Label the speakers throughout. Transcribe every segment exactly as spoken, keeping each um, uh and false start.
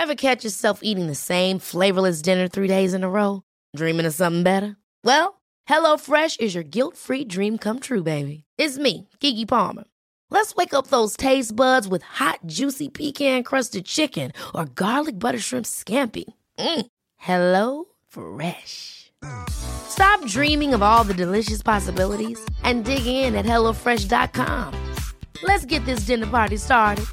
Speaker 1: Ever catch yourself eating the same flavorless dinner three days in a row? Dreaming of something better? Well, HelloFresh is your guilt-free dream come true, baby. It's me, Keke Palmer. Let's wake up those taste buds with hot, juicy pecan-crusted chicken or garlic butter shrimp scampi. Mm. Hello Fresh. Stop dreaming of all the delicious possibilities and dig in at hello fresh dot com. Let's get this dinner party started.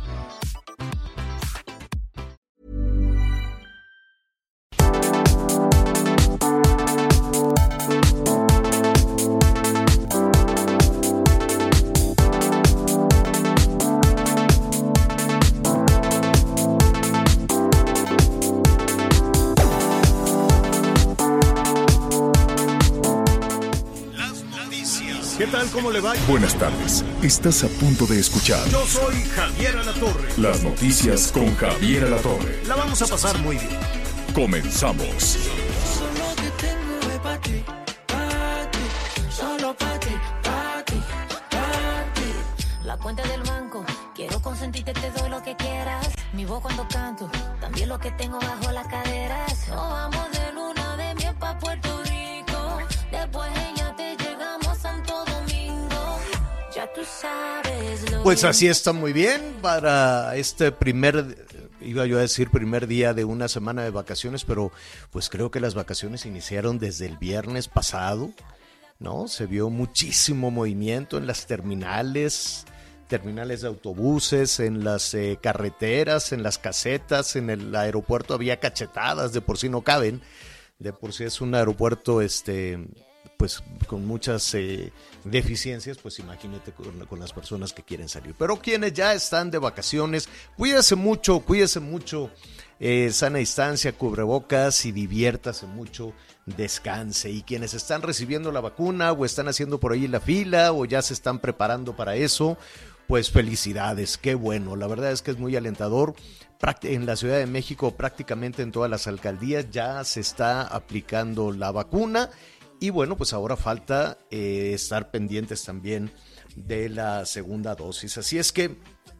Speaker 2: ¿Qué tal? ¿Cómo le va?
Speaker 3: Buenas tardes. Estás a punto de escuchar.
Speaker 2: Yo soy Javier Alatorre.
Speaker 3: Las noticias con Javier Alatorre.
Speaker 2: La vamos a pasar muy bien.
Speaker 3: Comenzamos.
Speaker 4: Solo te tengo para ti, para ti, solo para ti, para ti, para ti. La cuenta del banco, quiero consentirte, te doy lo que quieras. Mi voz cuando canto, también lo que tengo bajo las caderas. Nos vamos de luna de miel pa' Puerto Rico. Después ella te llegamos a Santo Domingo. Ya tú sabes lo
Speaker 2: Pues
Speaker 4: que...
Speaker 2: así está muy bien para este primer, iba yo a decir primer día de una semana de vacaciones, pero pues creo que las vacaciones iniciaron desde el viernes pasado, ¿no? Se vio muchísimo movimiento en las terminales, terminales de autobuses, en las eh, carreteras, en las casetas, en el aeropuerto había cachetadas, de por sí no caben, de por sí es un aeropuerto este pues con muchas eh, deficiencias, pues imagínate con, con las personas que quieren salir. Pero quienes ya están de vacaciones, cuídese mucho, cuídese mucho, eh, sana distancia, cubrebocas y diviértase mucho, descanse. Y quienes están recibiendo la vacuna o están haciendo por ahí la fila o ya se están preparando para eso, pues felicidades, qué bueno. La verdad es que es muy alentador. En la Ciudad de México, prácticamente en todas las alcaldías ya se está aplicando la vacuna. Y bueno, pues ahora falta eh, estar pendientes también de la segunda dosis. Así es que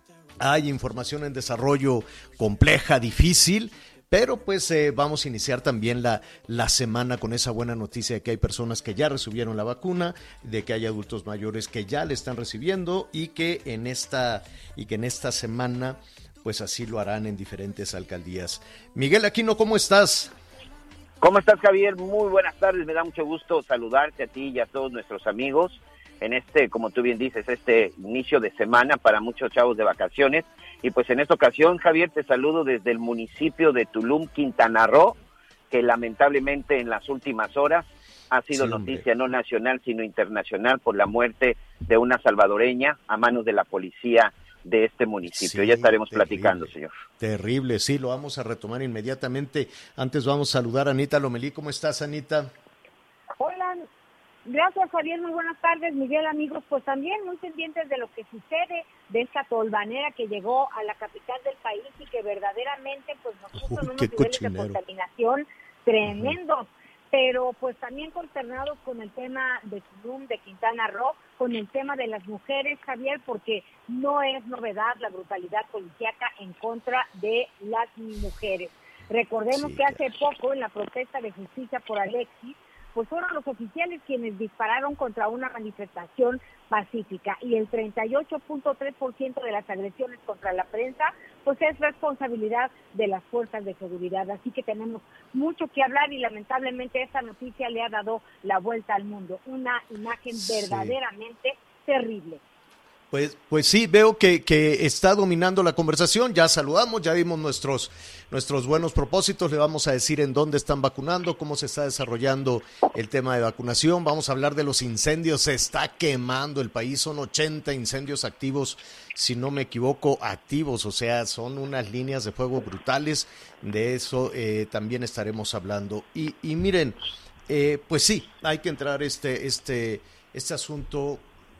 Speaker 2: hay información en desarrollo compleja, difícil, pero pues eh, vamos a iniciar también la, la semana con esa buena noticia de que hay personas que ya recibieron la vacuna, de que hay adultos mayores que ya le están recibiendo y que en esta, y que en esta semana pues así lo harán en diferentes alcaldías. Miguel Aquino, ¿cómo estás?
Speaker 5: ¿Cómo estás, Javier? Muy buenas tardes, me da mucho gusto saludarte a ti y a todos nuestros amigos en este, como tú bien dices, este inicio de semana para muchos chavos de vacaciones. Y pues en esta ocasión, Javier, te saludo desde el municipio de Tulum, Quintana Roo, que lamentablemente en las últimas horas ha sido sí, noticia no nacional, sino internacional por la muerte de una salvadoreña a manos de la policía de este municipio. Sí, ya estaremos terrible, platicando, señor.
Speaker 2: Terrible, sí, lo vamos a retomar inmediatamente. Antes vamos a saludar a Anita Lomelí. ¿Cómo estás, Anita?
Speaker 6: Hola, gracias, Javier, muy buenas tardes, Miguel, amigos. Pues también muy pendientes de lo que sucede de esta tolvanera que llegó a la capital del país y que verdaderamente pues nos puso en unos niveles cochinero. de contaminación tremendos. Uh-huh. Pero pues también consternados con el tema de Tulum, de Quintana Roo, con el tema de las mujeres, Javier, porque no es novedad la brutalidad policíaca en contra de las mujeres. Recordemos sí, que hace poco, en la protesta de justicia por Alexis, pues fueron los oficiales quienes dispararon contra una manifestación pacífica y el treinta y ocho punto tres por ciento de las agresiones contra la prensa pues es responsabilidad de las fuerzas de seguridad, así que tenemos mucho que hablar y lamentablemente esta noticia le ha dado la vuelta al mundo, una imagen sí. verdaderamente terrible.
Speaker 2: Pues, pues sí, veo que, que está dominando la conversación, ya saludamos, ya dimos nuestros, nuestros buenos propósitos, le vamos a decir en dónde están vacunando, cómo se está desarrollando el tema de vacunación, vamos a hablar de los incendios, se está quemando el país, son ochenta incendios activos, si no me equivoco, activos, o sea, son unas líneas de fuego brutales, de eso eh, también estaremos hablando. Y, y miren, eh, pues sí, hay que entrar este, este, este asunto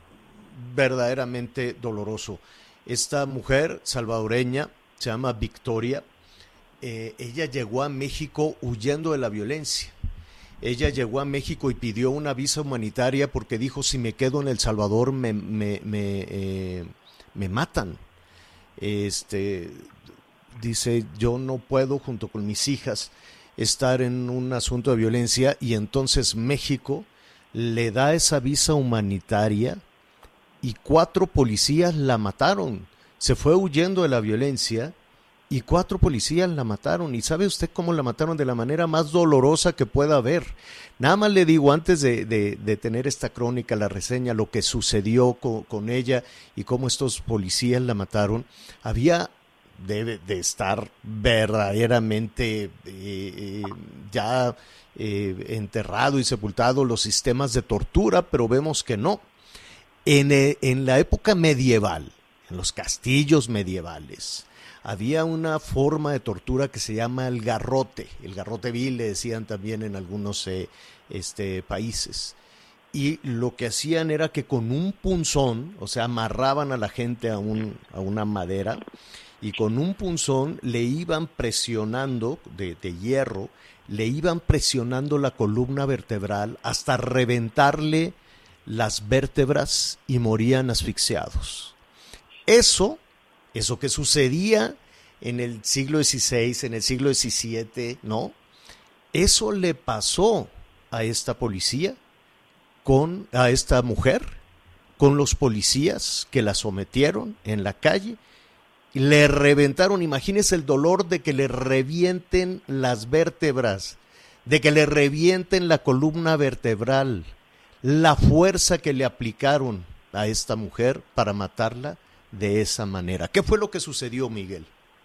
Speaker 2: verdaderamente doloroso. Esta mujer salvadoreña se llama Victoria, eh, ella llegó a México huyendo de la violencia. Ella llegó a México y pidió una visa humanitaria porque dijo, si me quedo en El Salvador me, me, me, eh, me matan. Este, dice, yo no puedo junto con mis hijas estar en un asunto de violencia, y entonces México le da esa visa humanitaria y cuatro policías la mataron. Se fue huyendo de la violencia y cuatro policías la mataron. ¿Y sabe usted cómo la mataron? De la manera más dolorosa que pueda haber. Nada más le digo, antes de, de, de tener esta crónica, la reseña, lo que sucedió con, con ella y cómo estos policías la mataron, había, debe de estar verdaderamente eh, eh, ya eh, enterrado y sepultado los sistemas de tortura, pero vemos que no. En, eh, en la época medieval, en los castillos medievales, había una forma de tortura que se llama el garrote, el garrote vil, le decían también en algunos eh, este, países. Y lo que hacían era que con un punzón, o sea, amarraban a la gente a, un, a una madera, y con un punzón le iban presionando, de, de hierro, le iban presionando la columna vertebral hasta reventarle las vértebras y morían asfixiados. Eso, eso que sucedía en el siglo dieciséis, en el siglo diecisiete, ¿no? Eso le pasó a esta policía, con, a esta mujer, con los policías que la sometieron en la calle, y le reventaron. Imagínese el dolor de que le revienten las vértebras, de que le revienten la columna vertebral, la fuerza que le aplicaron a esta mujer para matarla de esa manera. ¿Qué fue lo que sucedió, Miguel?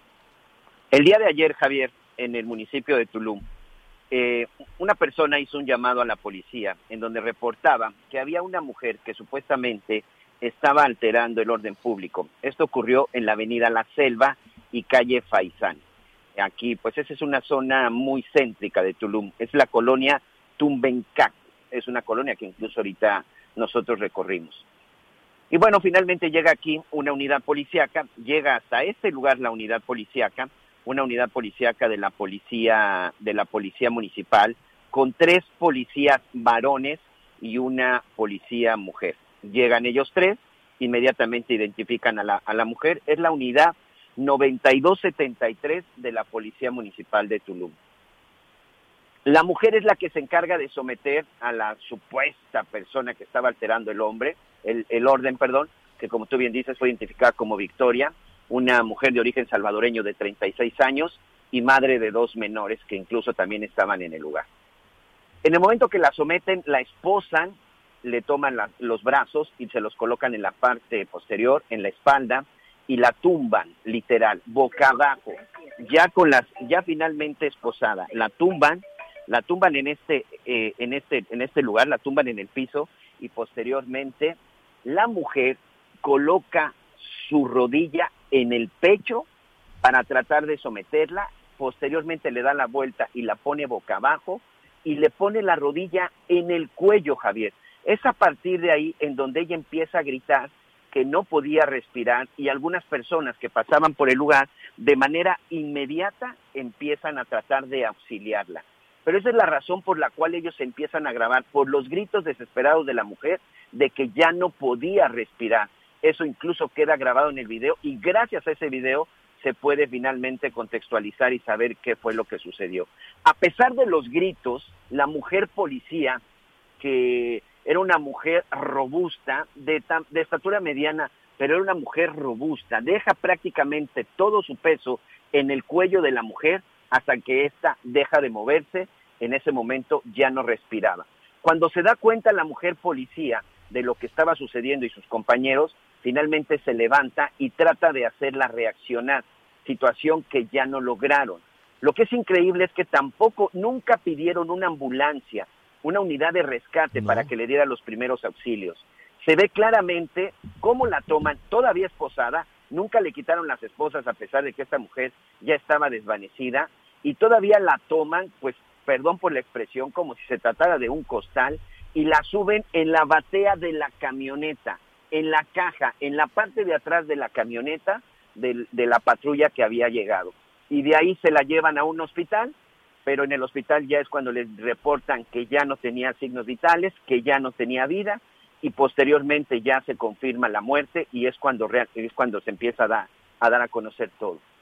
Speaker 5: El día de ayer, Javier, en el municipio de Tulum, eh, una persona hizo un llamado a la policía en donde reportaba que había una mujer que supuestamente estaba alterando el orden público. Esto ocurrió en la avenida La Selva y calle Faisán. Aquí, pues esa es una zona muy céntrica de Tulum, es la colonia Tumbencac, es una colonia que incluso ahorita nosotros recorrimos. Y bueno, finalmente llega aquí una unidad policíaca, llega hasta este lugar la unidad policíaca, una unidad policíaca de la policía, de la policía municipal, con tres policías varones y una policía mujer. Llegan ellos tres, inmediatamente identifican a la, a la mujer, es la unidad noventa y dos setenta y tres de la Policía Municipal de Tulum. La mujer es la que se encarga de someter a la supuesta persona que estaba alterando el hombre, el, el orden, perdón, que como tú bien dices fue identificada como Victoria, una mujer de origen salvadoreño de treinta y seis años y madre de dos menores que incluso también estaban en el lugar. En el momento que la someten, la esposan, le toman la, los brazos y se los colocan en la parte posterior, en la espalda, y la tumban, literal, boca abajo, ya con las, ya finalmente esposada, la tumban, la tumban en este, eh, en este, en este lugar, la tumban en el piso, y posteriormente la mujer coloca su rodilla en el pecho para tratar de someterla, posteriormente le da la vuelta y la pone boca abajo, y le pone la rodilla en el cuello, Javier. Es a partir de ahí en donde ella empieza a gritar que no podía respirar, y algunas personas que pasaban por el lugar de manera inmediata empiezan a tratar de auxiliarla. Pero esa es la razón por la cual ellos se empiezan a grabar, por los gritos desesperados de la mujer de que ya no podía respirar. Eso incluso queda grabado en el video, y gracias a ese video se puede finalmente contextualizar y saber qué fue lo que sucedió. A pesar de los gritos, la mujer policía, que era una mujer robusta, de, de estatura mediana, pero era una mujer robusta, deja prácticamente todo su peso en el cuello de la mujer hasta que ésta deja de moverse. En ese momento ya no respiraba. Cuando se da cuenta la mujer policía de lo que estaba sucediendo y sus compañeros, finalmente se levanta y trata de hacerla reaccionar, situación que ya no lograron. Lo que es increíble es que tampoco, nunca pidieron una ambulancia, una unidad de rescate no. para que le diera los primeros auxilios. Se ve claramente cómo la toman, todavía esposada, nunca le quitaron las esposas a pesar de que esta mujer ya estaba desvanecida, y todavía la toman, pues, perdón por la expresión, como si se tratara de un costal, y la suben en la batea de la camioneta, en la caja, en la parte de atrás de la camioneta de, de la patrulla que había llegado. Y de ahí se la llevan a un hospital, pero en el hospital ya es cuando les reportan que ya no tenía signos vitales, que ya no tenía vida, y posteriormente ya se confirma la muerte, y es cuando, real, es cuando se empieza a dar, a dar a conocer todo.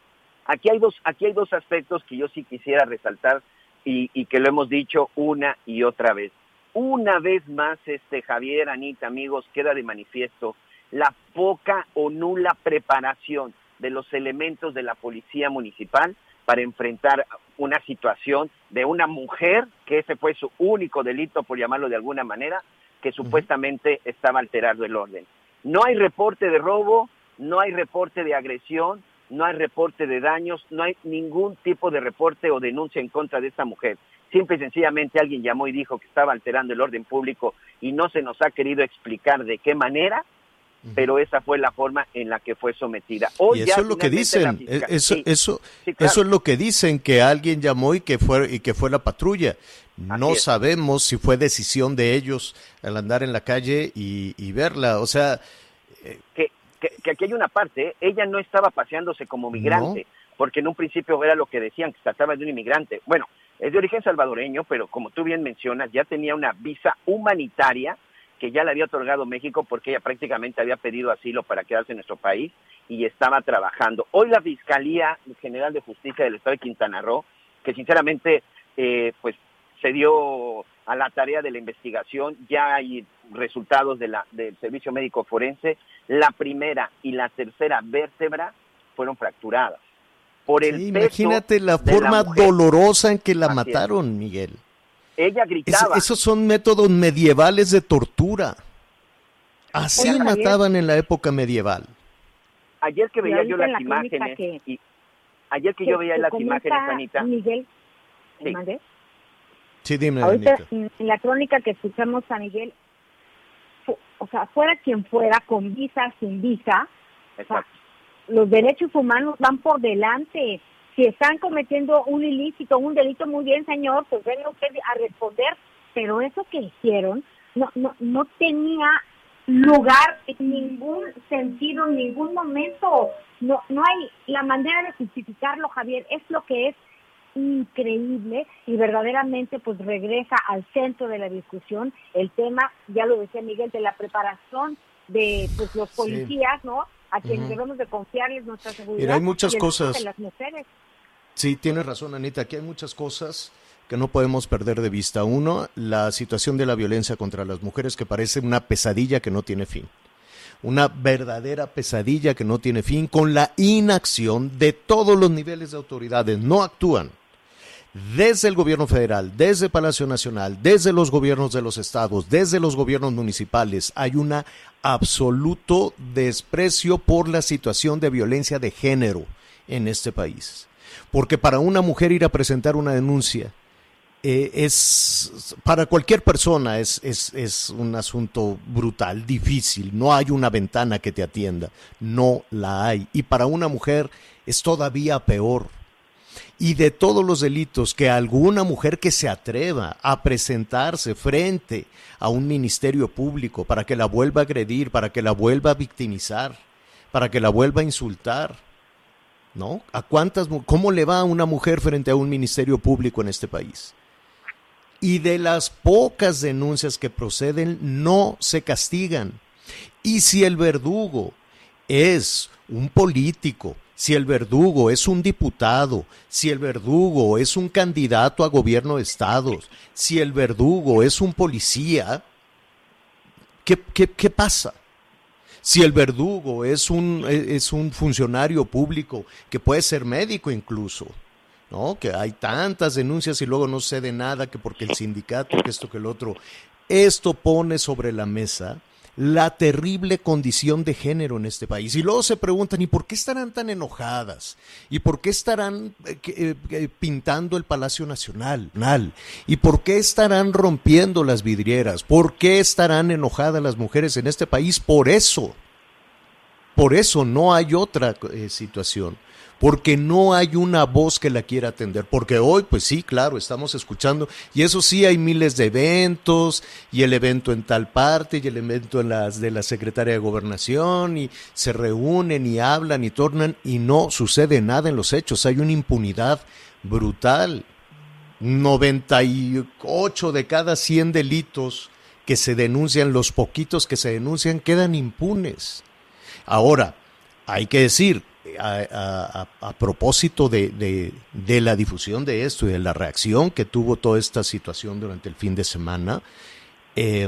Speaker 5: Aquí hay dos, aquí hay dos aspectos que yo sí quisiera resaltar y, y que lo hemos dicho una y otra vez. Una vez más, este Javier, Anita, amigos, queda de manifiesto la poca o nula preparación de los elementos de la policía municipal para enfrentar una situación de una mujer, que ese fue su único delito, por llamarlo de alguna manera, que supuestamente estaba alterando el orden. No hay reporte de robo, no hay reporte de agresión, no hay reporte de daños, no hay ningún tipo de reporte o denuncia en contra de esta mujer. Simple y sencillamente alguien llamó y dijo que estaba alterando el orden público y no se nos ha querido explicar de qué manera, pero esa fue la forma en la que fue sometida. Hoy
Speaker 2: y eso
Speaker 5: ya
Speaker 2: es lo que dicen,
Speaker 5: fiscal...
Speaker 2: eso,
Speaker 5: sí,
Speaker 2: eso,
Speaker 5: sí, claro.
Speaker 2: eso es lo que dicen, que alguien llamó y que fue y que fue la patrulla. No
Speaker 5: Así es.
Speaker 2: Sabemos si fue decisión de ellos al andar en la calle y, y verla, o sea...
Speaker 5: Eh, que, que, que aquí hay una parte, ¿eh? Ella no estaba paseándose como migrante, no. Porque en un principio era lo que decían, que se trataba de un inmigrante. Bueno, es de origen salvadoreño, pero como tú bien mencionas, ya tenía una visa humanitaria que ya le había otorgado México porque ella prácticamente había pedido asilo para quedarse en nuestro país y estaba trabajando. Hoy la Fiscalía General de Justicia del Estado de Quintana Roo, que sinceramente eh, pues se dio a la tarea de la investigación, ya hay resultados de la, del Servicio Médico Forense, la primera y la tercera vértebra fueron fracturadas. Por el
Speaker 2: sí,
Speaker 5: peso
Speaker 2: imagínate la
Speaker 5: de
Speaker 2: forma
Speaker 5: la mujer.
Speaker 2: dolorosa en que la
Speaker 5: Así
Speaker 2: mataron,
Speaker 5: es.
Speaker 2: Miguel.
Speaker 5: Ella gritaba.
Speaker 2: Es, esos son métodos medievales de tortura. Así
Speaker 6: Oiga, Javier,
Speaker 2: mataban en la época medieval.
Speaker 5: Ayer que
Speaker 6: Y
Speaker 5: veía yo
Speaker 6: ahorita en
Speaker 5: las
Speaker 6: la crónica
Speaker 5: imágenes,
Speaker 6: que-
Speaker 5: y ayer que
Speaker 6: que-
Speaker 5: yo veía
Speaker 6: que
Speaker 5: las
Speaker 6: comenta
Speaker 5: imágenes, Anita,
Speaker 6: Miguel,
Speaker 5: Sí.
Speaker 6: ¿mande?
Speaker 2: Sí, dime,
Speaker 6: Ahorita
Speaker 2: Anita.
Speaker 6: en en la crónica que escuchamos a Miguel, fu- o sea, fuera quien fuera, con visa, sin visa,
Speaker 5: exacto.
Speaker 6: los derechos humanos van por delante. Si están cometiendo un ilícito, un delito, muy bien, señor, pues venga usted a responder, pero eso que hicieron no no no tenía lugar en ningún sentido, en ningún momento. No no hay la manera de justificarlo, Javier, es lo que es increíble y verdaderamente pues regresa al centro de la discusión el tema, ya lo decía Miguel, de la preparación de pues los policías, sí. ¿no? A quienes uh-huh. debemos de confiarles nuestra seguridad.
Speaker 2: Mira, hay muchas
Speaker 6: y el
Speaker 2: cosas.
Speaker 6: de las mujeres.
Speaker 2: Sí, tienes razón, Anita, aquí hay muchas cosas que no podemos perder de vista. Uno, la situación de la violencia contra las mujeres, que parece una pesadilla que no tiene fin. Una verdadera pesadilla que no tiene fin, con la inacción de todos los niveles de autoridades. No actúan. Desde el gobierno federal, desde Palacio Nacional, desde los gobiernos de los estados, desde los gobiernos municipales, hay un absoluto desprecio por la situación de violencia de género en este país. Porque para una mujer ir a presentar una denuncia eh, es, para cualquier persona es, es, es un asunto brutal, difícil. No hay una ventana que te atienda, no la hay. Y para una mujer es todavía peor. Y de todos los delitos, que alguna mujer que se atreva a presentarse frente a un ministerio público para que la vuelva a agredir, para que la vuelva a victimizar, para que la vuelva a insultar, ¿no? ¿A cuántas, cómo le va a una mujer frente a un ministerio público en este país? Y de las pocas denuncias que proceden, no se castigan. Y si el verdugo es un político, si el verdugo es un diputado, si el verdugo es un candidato a gobierno de estados, si el verdugo es un policía, ¿qué, qué, qué pasa? Si el verdugo es un, es un funcionario público, que puede ser médico incluso, ¿no? Que hay tantas denuncias y luego no cede nada, que porque el sindicato, que esto, que el otro. Esto pone sobre la mesa la terrible condición de género en este país. Y luego se preguntan, ¿y por qué estarán tan enojadas? ¿Y por qué estarán eh, eh, pintando el Palacio Nacional? ¿Y por qué estarán rompiendo las vidrieras? ¿Por qué estarán enojadas las mujeres en este país? Por eso. Por eso no hay otra eh, situación. Porque no hay una voz que la quiera atender, porque hoy, pues sí, claro, estamos escuchando, y eso sí, hay miles de eventos, y el evento en tal parte, y el evento en las de la Secretaria de Gobernación, y se reúnen, y hablan, y tornan, y no sucede nada en los hechos, hay una impunidad brutal. noventa y ocho de cada cien delitos que se denuncian, los poquitos que se denuncian, quedan impunes. Ahora, hay que decir, a, a, a propósito de, de, de la difusión de esto y de la reacción que tuvo toda esta situación durante el fin de semana, eh,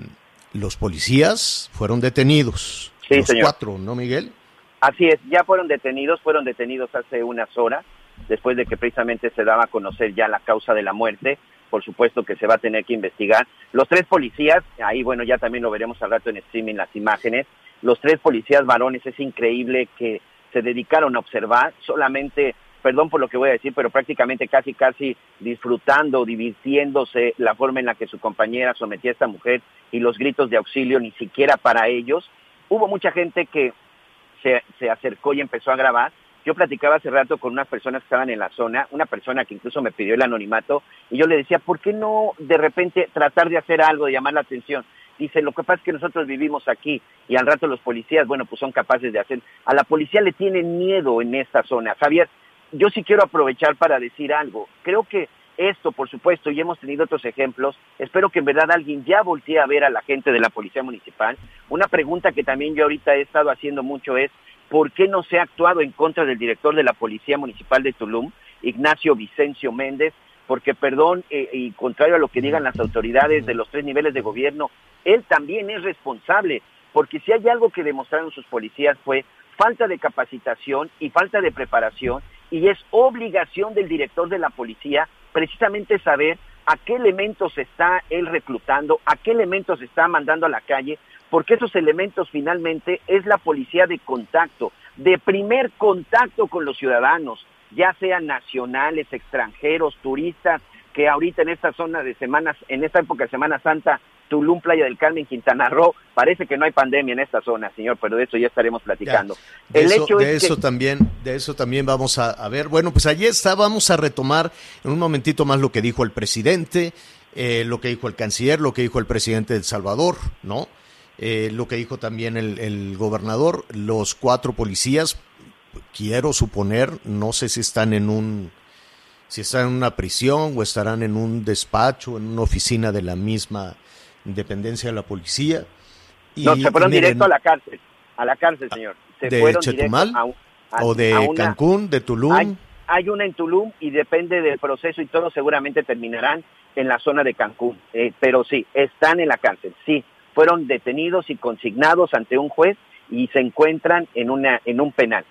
Speaker 2: los policías fueron detenidos,
Speaker 5: sí,
Speaker 2: los
Speaker 5: señor.
Speaker 2: cuatro, ¿no, Miguel?
Speaker 5: Así es, ya fueron detenidos, fueron detenidos hace unas horas, después de que precisamente se daba a conocer ya la causa de la muerte. Por supuesto que se va a tener que investigar. Los tres policías, ahí bueno, ya también lo veremos al rato en streaming las imágenes, los tres policías varones, es increíble que se dedicaron a observar, solamente, perdón por lo que voy a decir, pero prácticamente casi casi disfrutando, divirtiéndose la forma en la que su compañera sometía a esta mujer y los gritos de auxilio, ni siquiera para ellos. Hubo mucha gente que se, se acercó y empezó a grabar. Yo platicaba hace rato con unas personas que estaban en la zona, una persona que incluso me pidió el anonimato, y yo le decía, ¿por qué no de repente tratar de hacer algo, de llamar la atención? Dice, lo que pasa es que nosotros vivimos aquí, y al rato los policías, bueno, pues son capaces de hacer. A la policía le tienen miedo en esta zona. Javier, yo sí quiero aprovechar para decir algo. Creo que esto, por supuesto, y hemos tenido otros ejemplos, espero que en verdad alguien ya voltee a ver a la gente de la Policía Municipal. Una pregunta que también yo ahorita he estado haciendo mucho es, ¿por qué no se ha actuado en contra del director de la Policía Municipal de Tulum, Ignacio Vicencio Méndez? Porque, perdón, eh, y contrario a lo que digan las autoridades de los tres niveles de gobierno, él también es responsable, porque si hay algo que demostraron sus policías fue falta de capacitación y falta de preparación, y es obligación del director de la policía precisamente saber a qué elementos está él reclutando, a qué elementos está mandando a la calle, porque esos elementos finalmente es la policía de contacto, de primer contacto con los ciudadanos, ya sean nacionales, extranjeros, turistas, que ahorita en esta zona de semanas, en esta época de Semana Santa, Tulum, Playa del Carmen, Quintana Roo, parece que no hay pandemia en esta zona, señor, pero de eso ya estaremos platicando.
Speaker 2: Ya, de
Speaker 5: El
Speaker 2: eso,
Speaker 5: hecho
Speaker 2: de
Speaker 5: es
Speaker 2: eso
Speaker 5: que...
Speaker 2: también, de eso también vamos a, a ver. Bueno, pues allí está, vamos a retomar en un momentito más lo que dijo el presidente, eh, lo que dijo el canciller, lo que dijo el presidente de El Salvador, ¿no? Eh, lo que dijo también el, el gobernador, los cuatro policías, quiero suponer, no sé si están en un, si están en una prisión o estarán en un despacho, en una oficina de la misma dependencia de la policía. Y,
Speaker 5: no, se fueron
Speaker 2: y miren,
Speaker 5: directo a la cárcel, a la cárcel, señor. Se
Speaker 2: ¿de
Speaker 5: fueron
Speaker 2: Chetumal?
Speaker 5: A, a,
Speaker 2: ¿O de
Speaker 5: a una,
Speaker 2: Cancún, de Tulum?
Speaker 5: Hay, hay una en Tulum y depende del proceso y todo, seguramente terminarán en la zona de Cancún. Eh, pero sí, están en la cárcel, sí. Fueron detenidos y consignados ante un juez y se encuentran en una en un penal.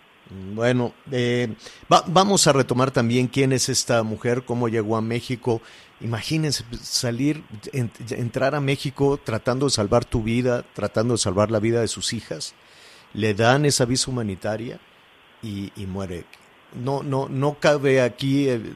Speaker 2: Bueno, eh, va, vamos a retomar también quién es esta mujer, cómo llegó a México. Imagínense salir, en, entrar a México tratando de salvar tu vida, tratando de salvar la vida de sus hijas. Le dan esa visa humanitaria y, y muere. No, no, no cabe aquí eh,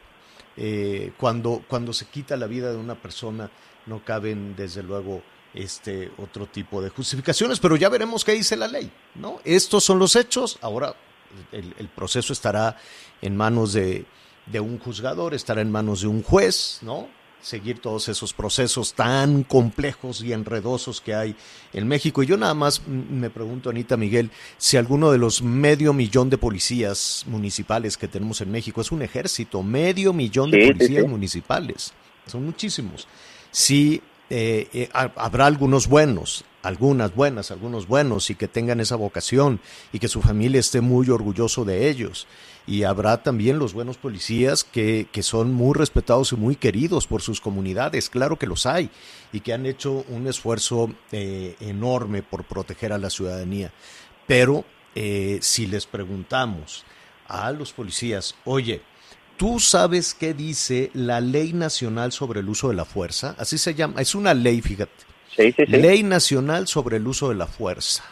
Speaker 2: eh, cuando cuando se quita la vida de una persona, no caben desde luego este otro tipo de justificaciones, pero ya veremos qué dice la ley, ¿no? Estos son los hechos, ahora el, el proceso estará en manos de, de un juzgador, estará en manos de un juez, ¿no? Seguir todos esos procesos tan complejos y enredosos que hay en México. Y yo nada más me pregunto, Anita, Miguel, si alguno de los medio millón de policías municipales que tenemos en México, es un ejército, medio millón de
Speaker 5: sí,
Speaker 2: policías
Speaker 5: sí, sí.
Speaker 2: municipales, son muchísimos, si Eh, eh, habrá algunos buenos, algunas buenas, algunos buenos y que tengan esa vocación y que su familia esté muy orgulloso de ellos. Y habrá también los buenos policías que, que son muy respetados y muy queridos por sus comunidades, claro que los hay, y que han hecho un esfuerzo eh, enorme por proteger a la ciudadanía. Pero eh, si les preguntamos a los policías, oye, ¿tú sabes qué dice la Ley Nacional sobre el Uso de la Fuerza? Así se llama, es una ley, fíjate.
Speaker 5: Sí, sí, sí.
Speaker 2: Ley Nacional sobre el Uso de la Fuerza.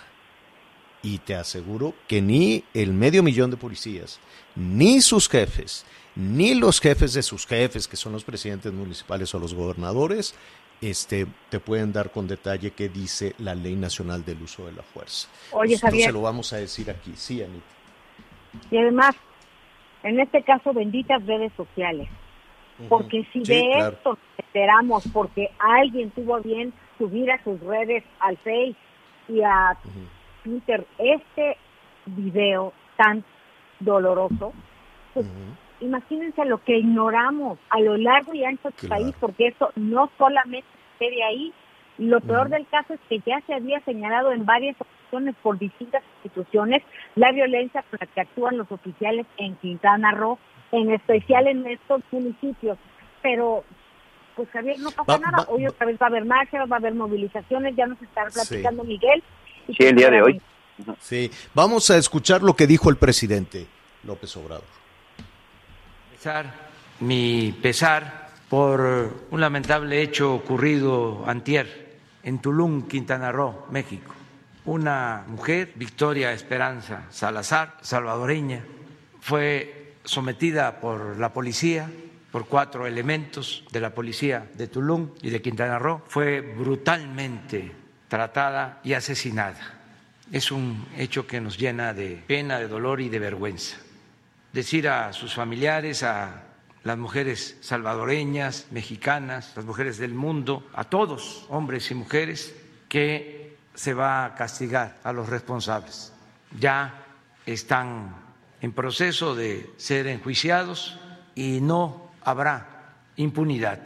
Speaker 2: Y te aseguro que ni el medio millón de policías, ni sus jefes, ni los jefes de sus jefes, que son los presidentes municipales o los gobernadores, este, te pueden dar con detalle qué dice la Ley Nacional del Uso de la Fuerza.
Speaker 6: Oye,
Speaker 2: Nosotros
Speaker 6: Javier.
Speaker 2: se lo vamos a decir aquí. Sí, Anita.
Speaker 6: Y además, en este caso, benditas redes sociales. Porque si
Speaker 2: Sí,
Speaker 6: de
Speaker 2: claro.
Speaker 6: esto nos enteramos porque alguien tuvo a bien subir a sus redes, al Face y a
Speaker 2: Uh-huh.
Speaker 6: Twitter, este video tan doloroso, pues
Speaker 2: Uh-huh.
Speaker 6: imagínense lo que ignoramos a lo largo y ancho del
Speaker 2: Claro.
Speaker 6: país, porque esto no solamente sucede ahí, Lo peor del caso es que ya se había señalado en varias ocasiones por distintas instituciones la violencia con la que actúan los oficiales en Quintana Roo, en especial en estos municipios. Pero, pues Javier, no pasa va, nada. Va, Hoy otra vez va a haber marchas, va a haber movilizaciones, ya nos estará platicando sí. Miguel.
Speaker 5: Y sí, el día de hoy.
Speaker 2: Sí, vamos a escuchar lo que dijo el presidente López Obrador.
Speaker 7: Mi pesar por un lamentable hecho ocurrido antier en Tulum, Quintana Roo, México. Una mujer, Victoria Esperanza Salazar, salvadoreña, fue sometida por la policía, por cuatro elementos de la policía de Tulum y de Quintana Roo, fue brutalmente tratada y asesinada. Es un hecho que nos llena de pena, de dolor y de vergüenza. Decir a sus familiares, a las mujeres salvadoreñas, mexicanas, las mujeres del mundo, a todos, hombres y mujeres, que se va a castigar a los responsables. Ya están en proceso de ser enjuiciados y no habrá impunidad.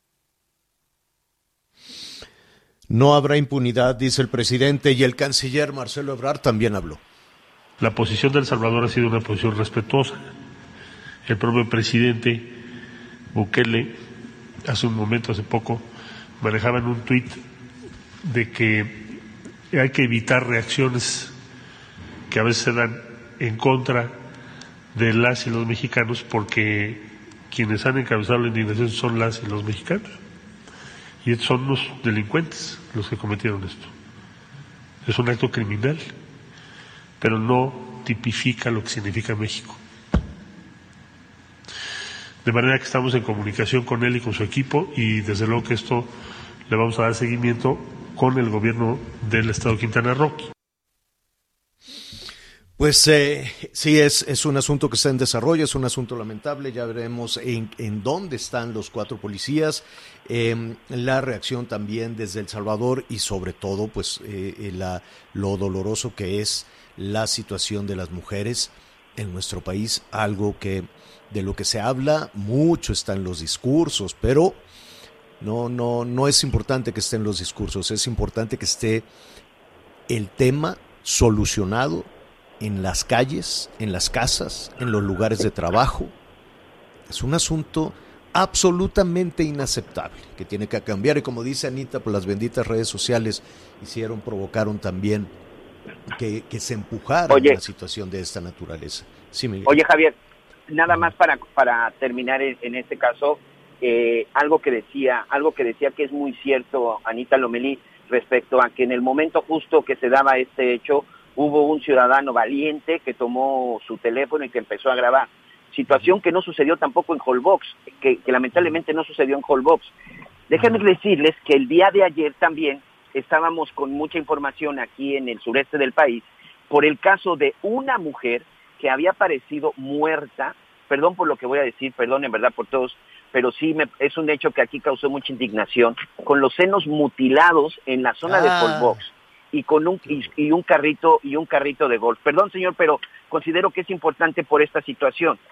Speaker 2: No habrá impunidad, dice el presidente, y el canciller Marcelo Ebrard también habló.
Speaker 8: La posición de El Salvador ha sido una posición respetuosa. El propio presidente Bukele, hace un momento, hace poco, manejaba en un tuit de que hay que evitar reacciones que a veces se dan en contra de las y los mexicanos, porque quienes han encabezado la indignación son las y los mexicanos. Y son los delincuentes los que cometieron esto. Es un acto criminal, pero no tipifica lo que significa México. De manera que estamos en comunicación con él y con su equipo, y desde luego que esto le vamos a dar seguimiento con el gobierno del estado de Quintana Roo.
Speaker 2: Pues eh, sí, es, es un asunto que está en desarrollo, es un asunto lamentable, ya veremos en, en dónde están los cuatro policías, eh, la reacción también desde El Salvador y sobre todo pues eh, la, lo doloroso que es la situación de las mujeres en nuestro país, algo que de lo que se habla mucho está en los discursos, pero no, no, no es importante que esté en los discursos, es importante que esté el tema solucionado en las calles, en las casas, en los lugares de trabajo. Es un asunto absolutamente inaceptable que tiene que cambiar, y como dice Anita, pues las benditas redes sociales hicieron, provocaron también que, que se empujara Oye, una situación de esta naturaleza. Sí, Miguel.
Speaker 5: Oye, Javier, nada más para para terminar en, en este caso, eh, algo que decía, algo que decía que es muy cierto Anita Lomelí, respecto a que en el momento justo que se daba este hecho, hubo un ciudadano valiente que tomó su teléfono y que empezó a grabar. Situación que no sucedió tampoco en Holbox, que, que lamentablemente no sucedió en Holbox. Déjenme decirles que el día de ayer también estábamos con mucha información aquí en el sureste del país por el caso de una mujer que había aparecido muerta, perdón por lo que voy a decir, perdón en verdad por todos, pero sí me, es un hecho que aquí causó mucha indignación, con los senos mutilados en la zona ah. de Holbox. y con un y, y un carrito y un carrito de golf. Perdón, señor, pero considero que es importante por esta situación.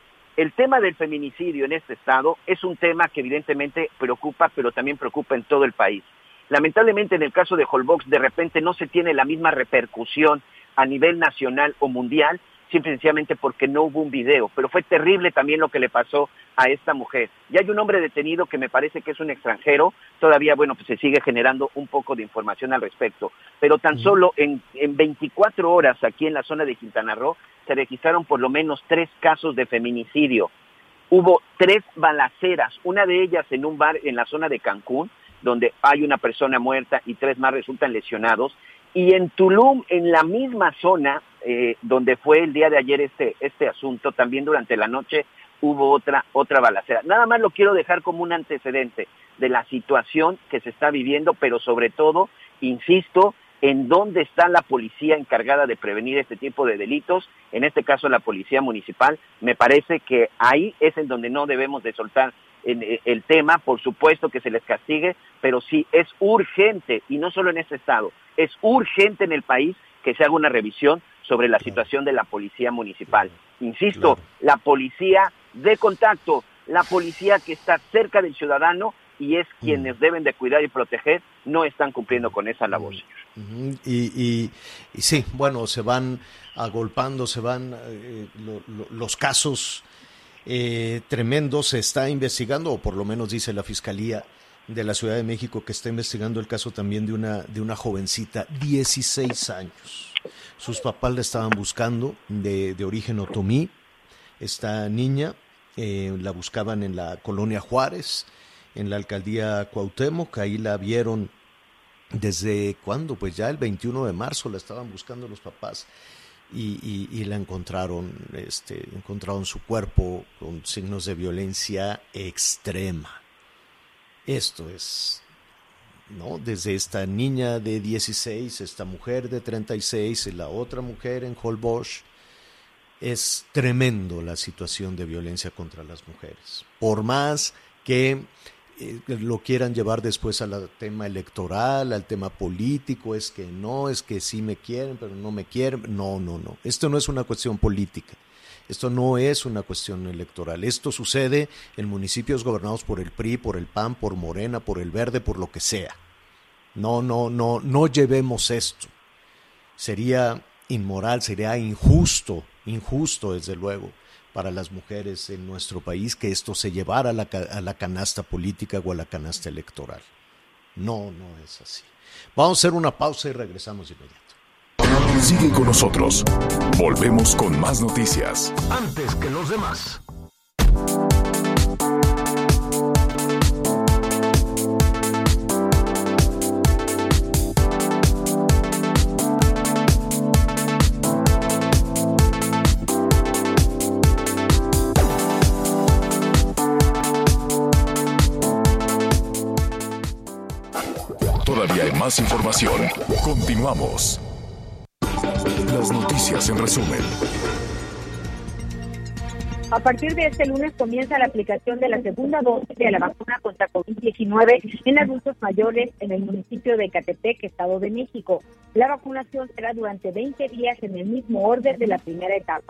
Speaker 5: El tema del feminicidio en este estado es un tema que evidentemente preocupa, pero también preocupa en todo el país. Lamentablemente en el caso de Holbox de repente no se tiene la misma repercusión a nivel nacional o mundial, simple y sencillamente porque no hubo un video, pero fue terrible también lo que le pasó a esta mujer. Ya hay un hombre detenido que me parece que es un extranjero, todavía, bueno, pues se sigue generando un poco de información al respecto, pero tan solo en, en veinticuatro horas aquí en la zona de Quintana Roo se registraron por lo menos tres casos de feminicidio. Hubo tres balaceras, una de ellas en un bar en la zona de Cancún, donde hay una persona muerta y tres más resultan lesionados, y en Tulum, en la misma zona eh, donde fue el día de ayer este este asunto, también durante la noche hubo otra otra balacera. Nada más lo quiero dejar como un antecedente de la situación que se está viviendo, pero sobre todo, insisto, en dónde está la policía encargada de prevenir este tipo de delitos, en este caso la policía municipal. Me parece que ahí es en donde no debemos de soltar el, el tema, por supuesto que se les castigue, pero sí es urgente, y no solo en este estado, es urgente en el país que se haga una revisión sobre la situación de la policía municipal. Insisto, claro. La policía de contacto, la policía que está cerca del ciudadano y es quienes mm. deben de cuidar y proteger, no están cumpliendo con esa labor, señor.
Speaker 2: Uh-huh. Y, y, y sí, bueno, se van agolpando, se van eh, lo, lo, los casos eh, tremendos, se está investigando, o por lo menos dice la Fiscalía de la Ciudad de México que está investigando el caso también de una, de una jovencita, dieciséis años. Sus papás la estaban buscando, de, de origen otomí. Esta niña eh, la buscaban en la colonia Juárez, en la alcaldía Cuauhtémoc, ahí la vieron. ¿Desde cuándo? Pues ya el veintiuno de marzo la estaban buscando los papás y, y, y la encontraron, este, encontraron su cuerpo con signos de violencia extrema. Esto es, ¿no? Desde esta niña de dieciséis, esta mujer de treinta y seis y la otra mujer en Holbox. Es tremendo la situación de violencia contra las mujeres. Por más que Eh, lo quieran llevar después al tema electoral, al tema político, es que no, es que sí me quieren, pero no me quieren. No, no, no. Esto no es una cuestión política. Esto no es una cuestión electoral. Esto sucede en municipios gobernados por el P R I, por el P A N, por Morena, por el Verde, por lo que sea. No, no, no, no llevemos esto. Sería inmoral, sería injusto, injusto desde luego, para las mujeres en nuestro país que esto se llevara a la, a la canasta política o a la canasta electoral. No, no es así. Vamos a hacer una pausa y regresamos de inmediato.
Speaker 3: Sigue con nosotros. Volvemos con más noticias.
Speaker 9: Antes que los demás.
Speaker 3: Todavía hay más información. Continuamos. Las noticias en resumen.
Speaker 6: A partir de este lunes comienza la aplicación de la segunda dosis de la vacuna contra covid diecinueve en adultos mayores en el municipio de Ecatepec, Estado de México. La vacunación será durante veinte días en el mismo orden de la primera etapa.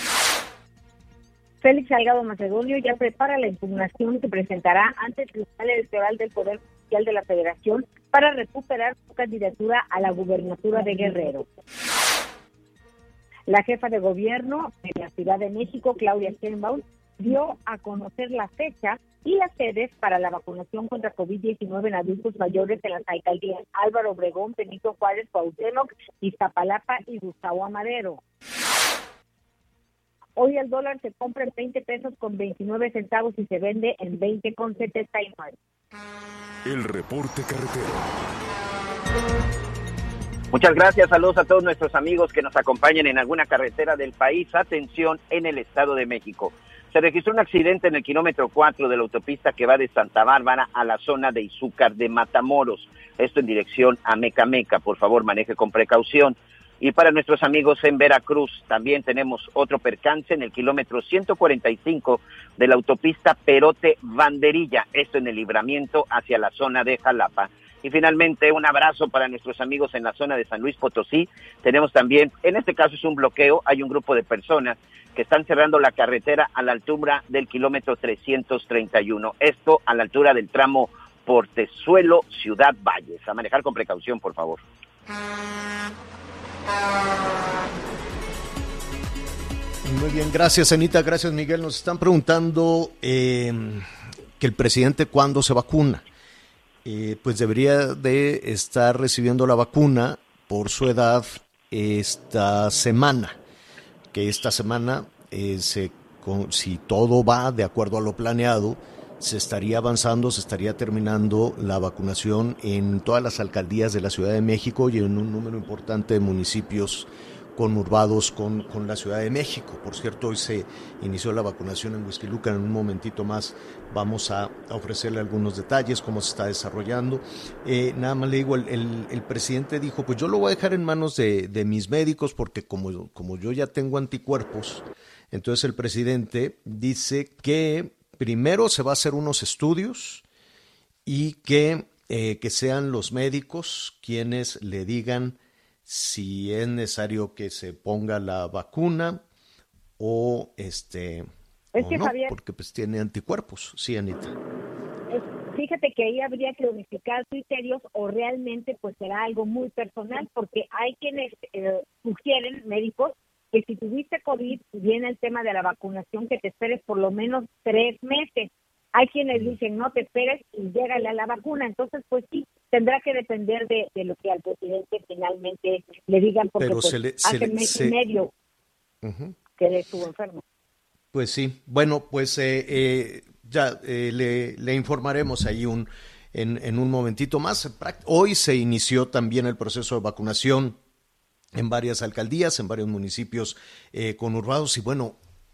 Speaker 6: Félix Salgado Macedonio ya prepara la impugnación que presentará ante el Tribunal Electoral del Poder Judicial de la Federación para recuperar su candidatura a la gubernatura de Guerrero. La jefa de gobierno de la Ciudad de México, Claudia Sheinbaum, dio a conocer la fecha y las sedes para la vacunación contra covid diecinueve en adultos mayores en las alcaldías Álvaro Obregón, Benito Juárez, Cuauhtémoc, Iztapalapa y Gustavo Amadero. Hoy el dólar se compra en veinte pesos con veintinueve centavos y se vende en veinte con setenta y nueve.
Speaker 3: El reporte carretero.
Speaker 5: Muchas gracias, saludos a todos nuestros amigos que nos acompañan en alguna carretera del país. Atención, en el Estado de México. Se registró un accidente en el kilómetro cuatro de la autopista que va de Santa Bárbara a la zona de Izúcar de Matamoros. Esto en dirección a Mecameca. Por favor, maneje con precaución. Y para nuestros amigos en Veracruz, también tenemos otro percance en el kilómetro ciento cuarenta y cinco de la autopista Perote-Banderilla. Esto en el libramiento hacia la zona de Jalapa. Y finalmente, un abrazo para nuestros amigos en la zona de San Luis Potosí. Tenemos también, en este caso es un bloqueo, hay un grupo de personas que están cerrando la carretera a la altura del kilómetro trescientos treinta y uno. Esto a la altura del tramo Portezuelo, Ciudad Valles. A manejar con precaución, por favor.
Speaker 2: Muy bien, gracias Anita, gracias Miguel. Nos están preguntando eh, que el presidente cuándo se vacuna. Eh, pues debería de estar recibiendo la vacuna por su edad esta semana, que esta semana, eh, se, con, si todo va de acuerdo a lo planeado, se estaría avanzando, se estaría terminando la vacunación en todas las alcaldías de la Ciudad de México y en un número importante de municipios conurbados con, con la Ciudad de México. Por cierto, hoy se inició la vacunación en Huixquilucan. En un momentito más vamos a, a ofrecerle algunos detalles, cómo se está desarrollando. Eh, nada más le digo, el, el, el presidente dijo, pues yo lo voy a dejar en manos de, de mis médicos porque como, como yo ya tengo anticuerpos, entonces el presidente dice que primero se va a hacer unos estudios y que, eh, que sean los médicos quienes le digan si es necesario que se ponga la vacuna o este
Speaker 6: es
Speaker 2: o
Speaker 6: que,
Speaker 2: no,
Speaker 6: Javier,
Speaker 2: porque pues tiene anticuerpos. Sí, Anita.
Speaker 6: Es, Fíjate que ahí habría que unificar criterios o realmente pues será algo muy personal, porque hay quienes eh, sugieren, médicos, que si tuviste COVID, viene el tema de la vacunación, que te esperes por lo menos tres meses. Hay quienes dicen, no te esperes y llégale a la vacuna. Entonces, pues sí, tendrá que depender de, de lo que al presidente finalmente le digan, porque
Speaker 2: Pero
Speaker 6: pues,
Speaker 2: se le,
Speaker 6: hace
Speaker 2: se le,
Speaker 6: mes
Speaker 2: se...
Speaker 6: y medio
Speaker 2: uh-huh.
Speaker 6: que estuvo enfermo.
Speaker 2: Pues sí, bueno, pues eh, eh, ya eh, le, le informaremos ahí un, en, en un momentito más. Hoy se inició también el proceso de vacunación en varias alcaldías, en varios municipios eh, conurbados, y bueno,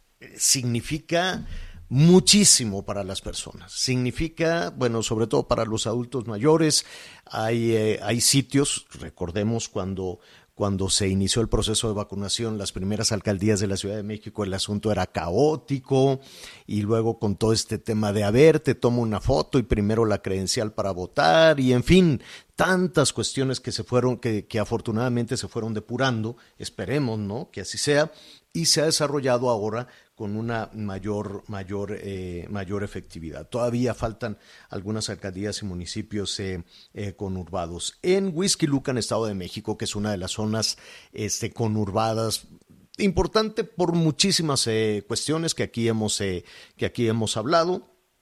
Speaker 2: significa muchísimo para las personas. Significa, bueno, sobre todo para los adultos mayores. Hay, eh, hay sitios, recordemos cuando... Cuando se inició el proceso de vacunación, las primeras alcaldías de la Ciudad de México, el asunto era caótico, y luego con todo este tema de, a ver, te tomo una foto y primero la credencial para votar, y en fin, tantas cuestiones que se fueron, que, que afortunadamente se fueron depurando, esperemos, ¿no?, que así sea, y se ha desarrollado ahora con una mayor, mayor, eh, mayor efectividad. Todavía faltan algunas alcaldías y municipios eh, eh, conurbados. En Huixquilucan, Estado de México, que es una de las zonas este, conurbadas, importante por muchísimas eh, cuestiones que aquí hemos, eh, que aquí hemos hablado.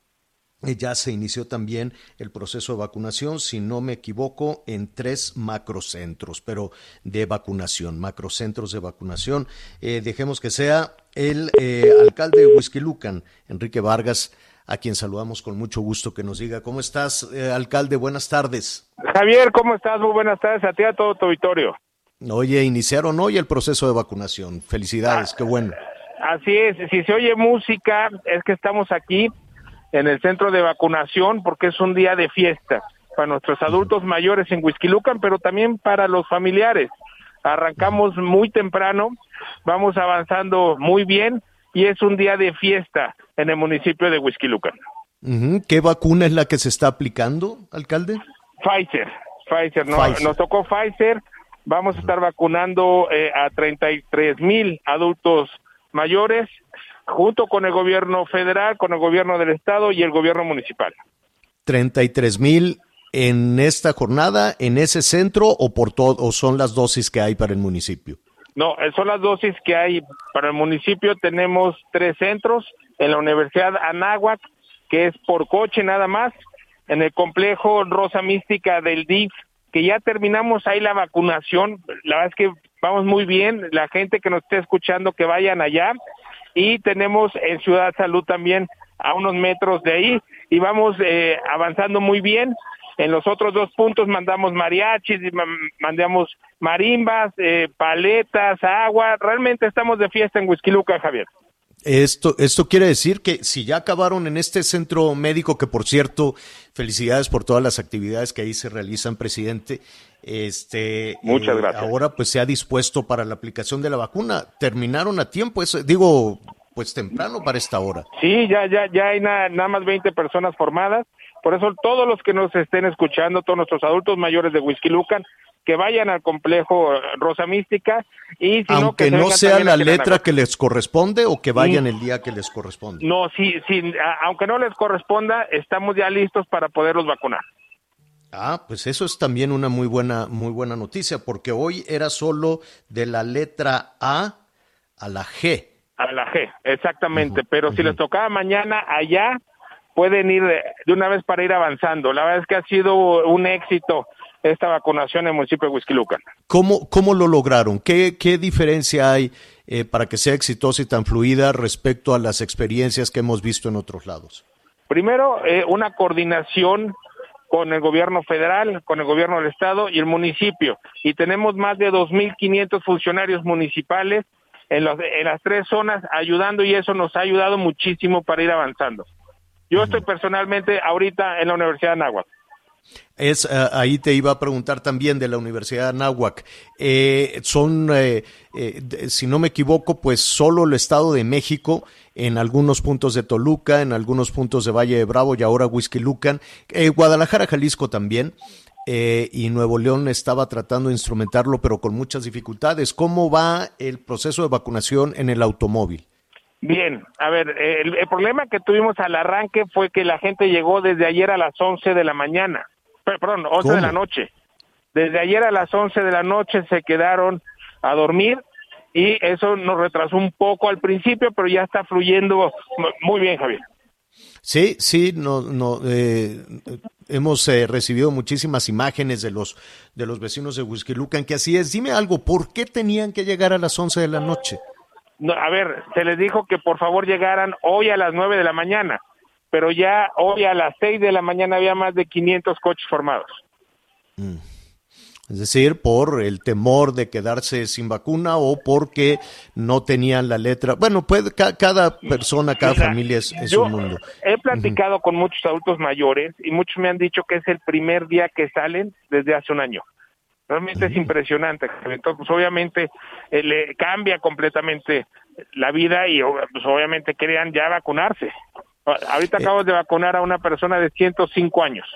Speaker 2: Ya se inició también el proceso de vacunación, si no me equivoco, en tres macrocentros, pero de vacunación, macrocentros de vacunación. Eh, dejemos que sea el eh, alcalde de Huixquilucan, Enrique Vargas, a quien saludamos con mucho gusto, que nos diga, ¿cómo estás, eh, alcalde? Buenas tardes.
Speaker 10: Javier, ¿cómo estás? Muy buenas tardes a ti y a todo tu auditorio.
Speaker 2: Oye, iniciaron hoy el proceso de vacunación. Felicidades, ah, qué bueno.
Speaker 10: Así es, si se oye música, es que estamos aquí en el centro de vacunación, porque es un día de fiesta para nuestros adultos mayores en Huixquilucan, pero también para los familiares. Arrancamos muy temprano, vamos avanzando muy bien, y es un día de fiesta en el municipio de Huixquilucan.
Speaker 2: Uh-huh. ¿Qué vacuna es la que se está aplicando, alcalde?
Speaker 10: Pfizer, Pfizer, ¿no?
Speaker 2: Pfizer.
Speaker 10: Nos tocó Pfizer, vamos a estar vacunando eh, a treinta y tres mil adultos mayores, junto con el gobierno federal, con el gobierno del estado y el gobierno municipal.
Speaker 2: treinta y tres mil en esta jornada, en ese centro, o por todo, o son las dosis que hay para el municipio?
Speaker 10: No, son las dosis que hay para el municipio. Tenemos tres centros, en la Universidad Anáhuac, que es por coche nada más, en el complejo Rosa Mística del D I F, que ya terminamos ahí la vacunación. La verdad es que vamos muy bien, la gente que nos esté escuchando, que vayan allá. Y tenemos en Ciudad Salud también, a unos metros de ahí, y vamos eh, avanzando muy bien. En los otros dos puntos mandamos mariachis, mandamos marimbas, eh, paletas, agua. Realmente estamos de fiesta en Huixquilucan, Javier.
Speaker 2: Esto, esto quiere decir que si ya acabaron en este centro médico, que por cierto, felicidades por todas las actividades que ahí se realizan, presidente. Este,
Speaker 10: Muchas
Speaker 2: eh,
Speaker 10: gracias.
Speaker 2: Ahora pues se ha dispuesto para la aplicación de la vacuna. ¿Terminaron a tiempo? Eso, digo, pues temprano para esta hora.
Speaker 10: Sí, ya, ya, ya hay na, nada más veinte personas formadas. Por eso todos los que nos estén escuchando, todos nuestros adultos mayores de Huixquilucan, que vayan al complejo Rosa Mística, y si
Speaker 2: aunque
Speaker 10: no, que
Speaker 2: no
Speaker 10: se
Speaker 2: sea la
Speaker 10: a
Speaker 2: letra que les corresponde, o que vayan el día que les corresponde.
Speaker 10: No, sí, sí, a, aunque no les corresponda, estamos ya listos para poderlos vacunar.
Speaker 2: Ah, pues eso es también una muy buena, muy buena noticia, porque hoy era solo de la letra A a la G.
Speaker 10: A la G, exactamente, uh-huh, pero uh-huh. Si les tocaba mañana allá, pueden ir de, de una vez para ir avanzando. La verdad es que ha sido un éxito esta vacunación en el municipio de Huixquilucan.
Speaker 2: ¿Cómo, cómo lo lograron? ¿Qué, qué diferencia hay eh, para que sea exitosa y tan fluida respecto a las experiencias que hemos visto en otros lados?
Speaker 10: Primero, eh, una coordinación con el gobierno federal, con el gobierno del estado y el municipio. Y tenemos más de dos mil quinientos funcionarios municipales en, los, en las tres zonas ayudando, y eso nos ha ayudado muchísimo para ir avanzando. Yo uh-huh. estoy personalmente ahorita en la Universidad de Anáhuac.
Speaker 2: Es, uh, ahí te iba a preguntar también de la Universidad de Anáhuac. Eh, son, eh, eh, si no me equivoco, pues solo el Estado de México, en algunos puntos de Toluca, en algunos puntos de Valle de Bravo y ahora Huixquilucan, eh, Guadalajara, Jalisco también, eh, y Nuevo León estaba tratando de instrumentarlo, pero con muchas dificultades. ¿Cómo va el proceso de vacunación en el automóvil?
Speaker 10: Bien, a ver, el, el problema que tuvimos al arranque fue que la gente llegó desde ayer a las once de la mañana, perdón, once
Speaker 2: ¿Cómo?
Speaker 10: de la noche. Desde ayer a las once de la noche se quedaron a dormir y eso nos retrasó un poco al principio, pero ya está fluyendo muy bien, Javier.
Speaker 2: Sí, sí, no, no, eh, hemos eh, recibido muchísimas imágenes de los de los vecinos de Huixquilucan, que así es. Dime algo, ¿por qué tenían que llegar a las once de la noche?
Speaker 10: No, a ver, se les dijo que por favor llegaran hoy a las nueve de la mañana, pero ya hoy a las seis de la mañana había más de quinientos coches formados.
Speaker 2: Mm. Es decir, por el temor de quedarse sin vacuna o porque no tenían la letra. Bueno, puede, ca- cada persona, cada
Speaker 10: Mira,
Speaker 2: familia es, es
Speaker 10: yo
Speaker 2: un mundo.
Speaker 10: He platicado uh-huh. con muchos adultos mayores y muchos me han dicho que es el primer día que salen desde hace un año. Realmente uh-huh. es impresionante. Entonces, pues, obviamente, eh, le cambia completamente la vida y pues, obviamente querían ya vacunarse. Ahorita eh, acabo de vacunar a una persona de ciento cinco años.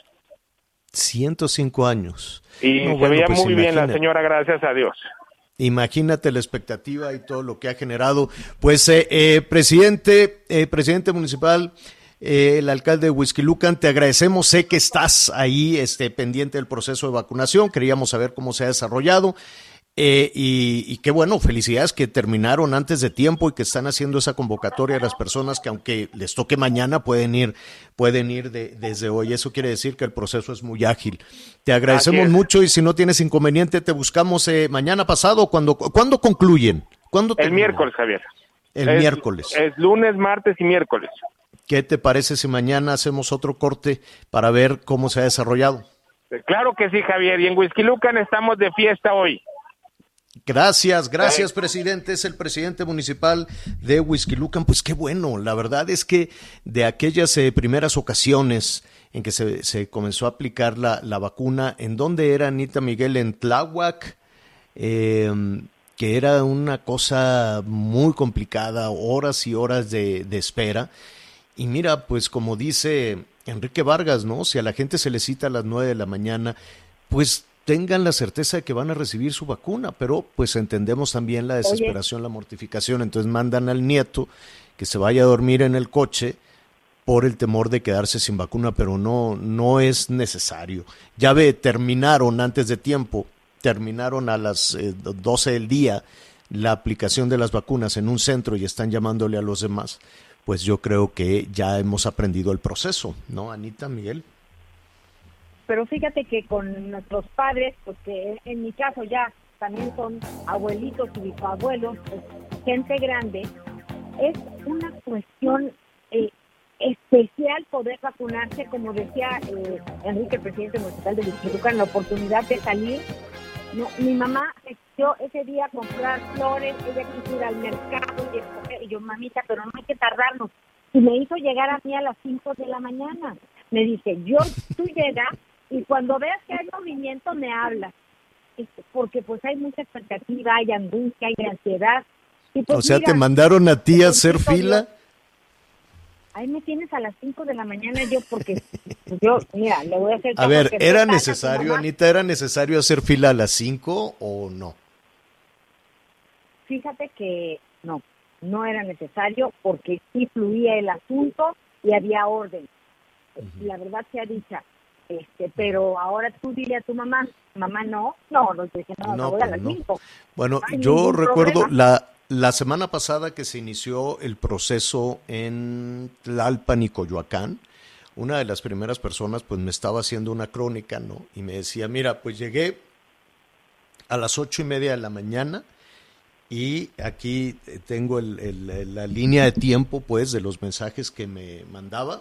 Speaker 2: ciento cinco años.
Speaker 10: Y
Speaker 2: no,
Speaker 10: se
Speaker 2: bueno,
Speaker 10: veía
Speaker 2: pues
Speaker 10: muy
Speaker 2: imagínate.
Speaker 10: bien la señora, gracias a Dios.
Speaker 2: Imagínate la expectativa y todo lo que ha generado. Pues, eh, eh, presidente, eh, presidente municipal, eh, el alcalde de Huixquilucan, te agradecemos. Sé que estás ahí este, pendiente del proceso de vacunación. Queríamos saber cómo se ha desarrollado. Eh, y, y qué bueno, felicidades que terminaron antes de tiempo y que están haciendo esa convocatoria a las personas que aunque les toque mañana pueden ir pueden ir de, desde hoy. Eso quiere decir que el proceso es muy ágil. Te agradecemos mucho y si no tienes inconveniente te buscamos eh, mañana pasado. cuando ¿Cuándo concluyen? ¿Cuándo
Speaker 10: el miércoles, Javier.
Speaker 2: El
Speaker 10: es,
Speaker 2: miércoles.
Speaker 10: Es lunes, martes y miércoles.
Speaker 2: ¿Qué te parece si mañana hacemos otro corte para ver cómo se ha desarrollado?
Speaker 10: Claro que sí, Javier. Y en Huixquilucan estamos de fiesta hoy.
Speaker 2: Gracias, gracias, presidente. Es el presidente municipal de Huixquilucan. Pues qué bueno, la verdad es que de aquellas eh, primeras ocasiones en que se, se comenzó a aplicar la, la vacuna, ¿en dónde era, Anita Miguel? En Tláhuac, eh, que era una cosa muy complicada, horas y horas de, de espera. Y mira, pues como dice Enrique Vargas, ¿no? Si a la gente se le cita a las nueve de la mañana, pues tengan la certeza de que van a recibir su vacuna, pero pues entendemos también la desesperación, Oye. la mortificación, entonces mandan al nieto que se vaya a dormir en el coche por el temor de quedarse sin vacuna, pero no, no es necesario. Ya ve, terminaron antes de tiempo, terminaron a las eh, doce del día la aplicación de las vacunas en un centro y están llamándole a los demás, pues yo creo que ya hemos aprendido el proceso, ¿no, Anita, Miguel?
Speaker 6: Pero fíjate que con nuestros padres, porque en mi caso ya también son abuelitos y bisabuelos, pues, gente grande, es una cuestión eh, especial poder vacunarse, como decía eh, Enrique, presidente municipal de Huixquilucan, la oportunidad de salir. No, mi mamá yo ese día a comprar flores, ella quiso ir al mercado y escoger, y yo, mamita, pero no hay que tardarnos. Y me hizo llegar a mí a las cinco de la mañana. Me dice, yo, tú llegas, y cuando veas que hay movimiento me hablas, porque pues hay mucha expectativa, hay angustia, hay ansiedad. Y pues,
Speaker 2: o sea,
Speaker 6: mira,
Speaker 2: ¿te mandaron a ti a hacer fila?
Speaker 6: Dios, ahí me tienes a las cinco de la mañana yo, porque pues, yo, mira, le voy a hacer...
Speaker 2: A ver, ¿era necesario, Anita, era necesario hacer fila a las cinco o no?
Speaker 6: Fíjate que no, no era necesario porque sí fluía el asunto y había orden. Uh-huh. La verdad sea dicha. Este, pero ahora tú dile a tu mamá, mamá no, no, no, dije, no, no, no voy a las cinco. No.
Speaker 2: Bueno, no yo recuerdo la, la semana pasada que se inició el proceso en Tlalpan y Coyoacán, una de las primeras personas pues me estaba haciendo una crónica, ¿no? Y me decía, mira, pues llegué a las ocho y media de la mañana y aquí tengo el, el, la línea de tiempo pues de los mensajes que me mandaba.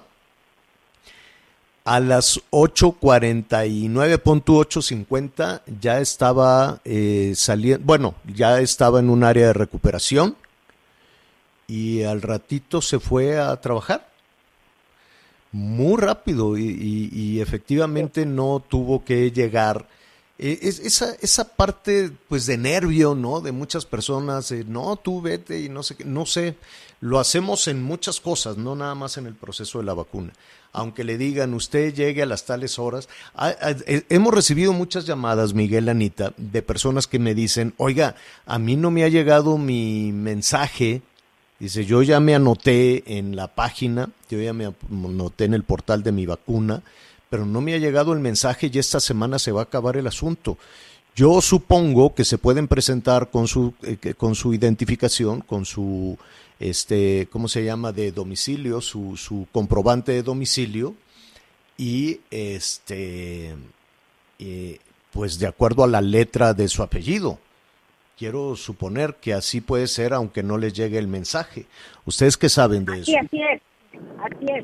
Speaker 2: A las ocho cuarenta y nueve, ocho cincuenta ya estaba eh, saliendo, bueno, ya estaba en un área de recuperación y al ratito se fue a trabajar. Muy rápido y, y, y efectivamente no tuvo que llegar. Eh, es, esa, esa parte pues de nervio, ¿no? De muchas personas, eh, no, tú vete y no sé qué, no sé. Lo hacemos en muchas cosas, no nada más en el proceso de la vacuna. Aunque le digan, usted llegue a las tales horas. Ah, ah, eh, hemos recibido muchas llamadas, Miguel, Anita, de personas que me dicen, oiga, a mí no me ha llegado mi mensaje Dice, yo ya me anoté en la página, yo ya me anoté en el portal de mi vacuna, pero no me ha llegado el mensaje y esta semana se va a acabar el asunto. Yo supongo que se pueden presentar con su eh, con su identificación, con su, este, ¿cómo se llama?, de domicilio, su, su comprobante de domicilio, y este, eh, pues de acuerdo a la letra de su apellido. Quiero suponer que así puede ser, aunque no les llegue el mensaje. ¿Ustedes qué saben de
Speaker 6: así,
Speaker 2: eso?
Speaker 6: Así es, así es.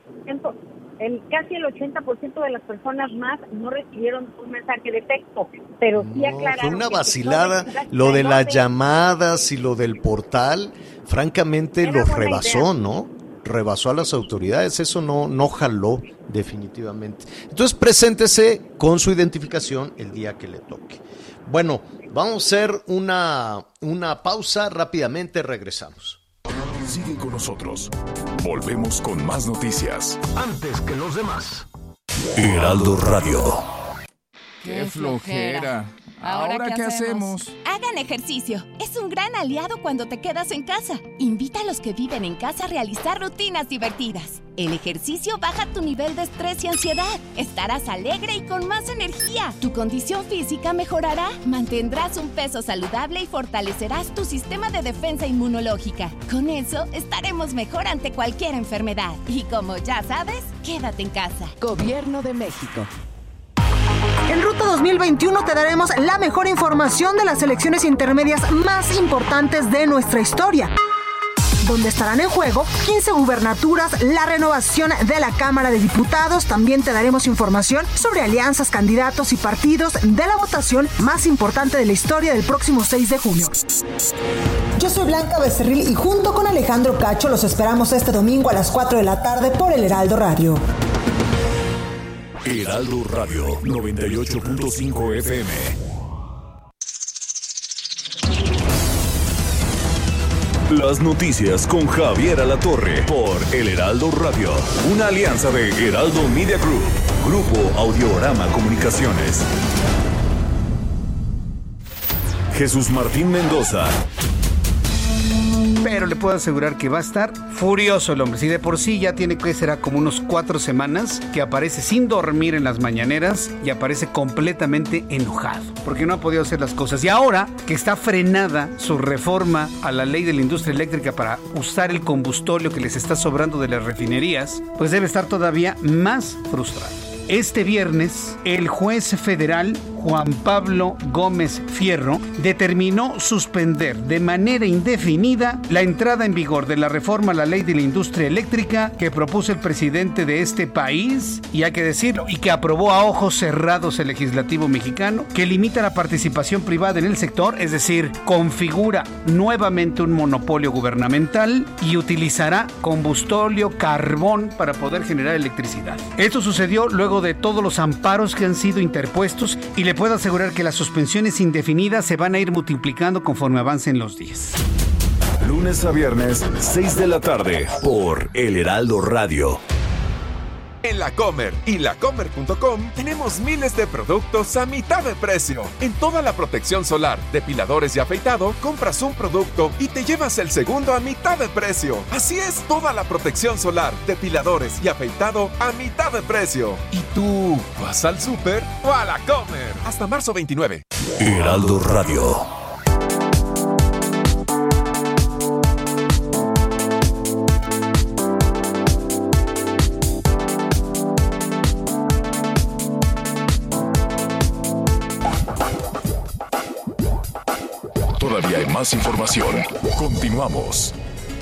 Speaker 6: El, casi el ochenta por ciento de las personas más no recibieron un mensaje de texto, pero sí
Speaker 2: no,
Speaker 6: aclararon.
Speaker 2: Fue una
Speaker 6: que
Speaker 2: vacilada,
Speaker 6: no
Speaker 2: lo de las
Speaker 6: de...
Speaker 2: llamadas y lo del portal, francamente
Speaker 6: Era
Speaker 2: los
Speaker 6: buena
Speaker 2: rebasó,
Speaker 6: idea.
Speaker 2: ¿no? Rebasó a las autoridades, eso no, no jaló definitivamente. Entonces preséntese con su identificación el día que le toque. Bueno, vamos a hacer una, una pausa, rápidamente regresamos.
Speaker 3: Sigue con nosotros. Volvemos con más noticias.
Speaker 9: Antes que los demás.
Speaker 3: Heraldo Radio.
Speaker 11: ¡Qué flojera! ¿Ahora qué hacemos?
Speaker 12: Hagan ejercicio. Es un gran aliado cuando te quedas en casa. Invita a los que viven en casa a realizar rutinas divertidas. El ejercicio baja tu nivel de estrés y ansiedad. Estarás alegre y con más energía. Tu condición física mejorará. Mantendrás un peso saludable y fortalecerás tu sistema de defensa inmunológica. Con eso, estaremos mejor ante cualquier enfermedad. Y como ya sabes, quédate en casa.
Speaker 13: Gobierno de México.
Speaker 14: En Ruta dos mil veintiuno te daremos la mejor información de las elecciones intermedias más importantes de nuestra historia, donde estarán en juego quince gubernaturas, la renovación de la Cámara de Diputados. También te daremos información sobre alianzas, candidatos y partidos de la votación más importante de la historia del próximo seis de junio.
Speaker 15: Yo soy Blanca Becerril y junto con Alejandro Cacho los esperamos este domingo a las cuatro de la tarde por el Heraldo Radio.
Speaker 3: Heraldo Radio noventa y ocho punto cinco F M. Las noticias con Javier Alatorre por El Heraldo Radio. Una alianza de Heraldo Media Group, Grupo Audiorama Comunicaciones. Jesús Martín Mendoza.
Speaker 16: Pero le puedo asegurar que va a estar furioso el hombre. Si de por sí ya tiene que será como unos cuatro semanas que aparece sin dormir en las mañaneras y aparece completamente enojado porque no ha podido hacer las cosas. Y ahora que está frenada su reforma a la ley de la industria eléctrica para usar el combustorio que les está sobrando de las refinerías, pues debe estar todavía más frustrado. Este viernes, el juez federal Juan Pablo Gómez Fierro determinó suspender de manera indefinida la entrada en vigor de la reforma a la ley de la industria eléctrica que propuso el presidente de este país, y hay que decirlo, y que aprobó a ojos cerrados el legislativo mexicano, que limita la participación privada en el sector, es decir, configura nuevamente un monopolio gubernamental y utilizará combustorio, carbón para poder generar electricidad. Esto sucedió luego de todos los amparos que han sido interpuestos y le puedo asegurar que las suspensiones indefinidas se van a ir multiplicando conforme avancen los días.
Speaker 3: Lunes a viernes, seis de la tarde, por El Heraldo Radio.
Speaker 17: En La Comer y la comer punto com tenemos miles de productos a mitad de precio. En toda la protección solar, depiladores y afeitado, compras un producto y te llevas el segundo a mitad de precio. Así es, toda la protección solar, depiladores y afeitado a mitad de precio. ¿Y tú vas al súper o a La Comer? Hasta marzo veintinueve.
Speaker 3: Heraldo Radio. Todavía hay más información. Continuamos.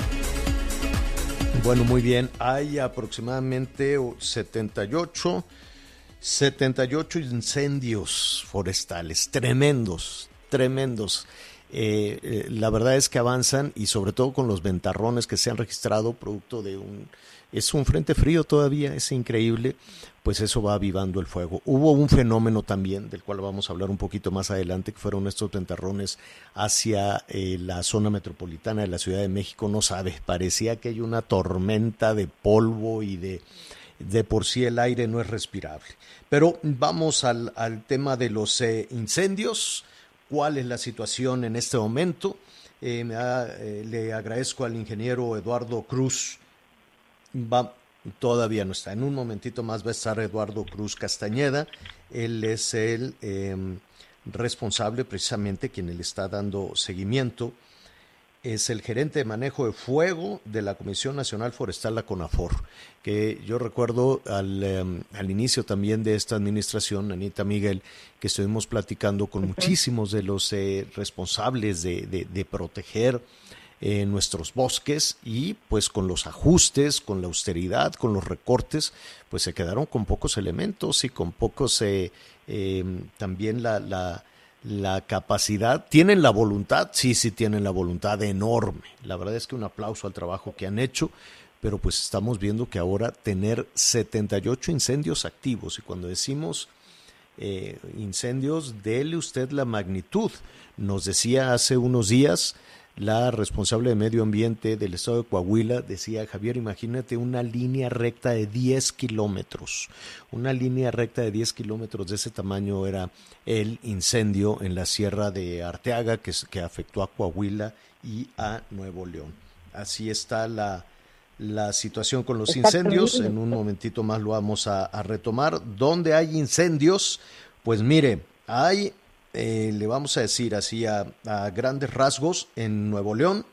Speaker 2: Bueno, muy bien. Hay aproximadamente setenta y ocho, setenta y ocho incendios forestales. Tremendos, tremendos. Eh, eh, la verdad es que avanzan, y sobre todo con los ventarrones que se han registrado producto de un... Es un frente frío todavía, es increíble, pues eso va avivando el fuego. Hubo un fenómeno también, del cual vamos a hablar un poquito más adelante, que fueron estos ventarrones hacia eh, la zona metropolitana de la Ciudad de México. No sabes, parecía que hay una tormenta de polvo y de, de por sí el aire no es respirable. Pero vamos al, al tema de los eh, incendios. ¿Cuál es la situación en este momento? Eh, me ha, eh, le agradezco al ingeniero Eduardo Cruz. Va, todavía no está. En un momentito más va a estar Eduardo Cruz Castañeda. Él es el eh, responsable, precisamente, quien le está dando seguimiento. Es el gerente de manejo de fuego de la Comisión Nacional Forestal, la CONAFOR, que yo recuerdo al, um, al inicio también de esta administración, Anita Miguel, que estuvimos platicando con muchísimos de los eh, responsables de, de, de proteger eh, nuestros bosques, y pues con los ajustes, con la austeridad, con los recortes, pues se quedaron con pocos elementos y con pocos eh, eh, también la... la la capacidad, tienen la voluntad, sí, sí tienen la voluntad enorme. La verdad es que un aplauso al trabajo que han hecho, pero pues estamos viendo que ahora tener setenta y ocho incendios activos, y cuando decimos eh, incendios, dele usted la magnitud. Nos decía hace unos días la responsable de medio ambiente del estado de Coahuila, decía: Javier, imagínate una línea recta de diez kilómetros, una línea recta de diez kilómetros de ese tamaño era el incendio en la Sierra de Arteaga, que, que afectó a Coahuila y a Nuevo León. Así está la, la situación con los incendios. En un momentito más lo vamos a, a retomar. ¿Dónde hay incendios? Pues mire, hay... Eh, le vamos a decir así a, a grandes rasgos, en Nuevo León,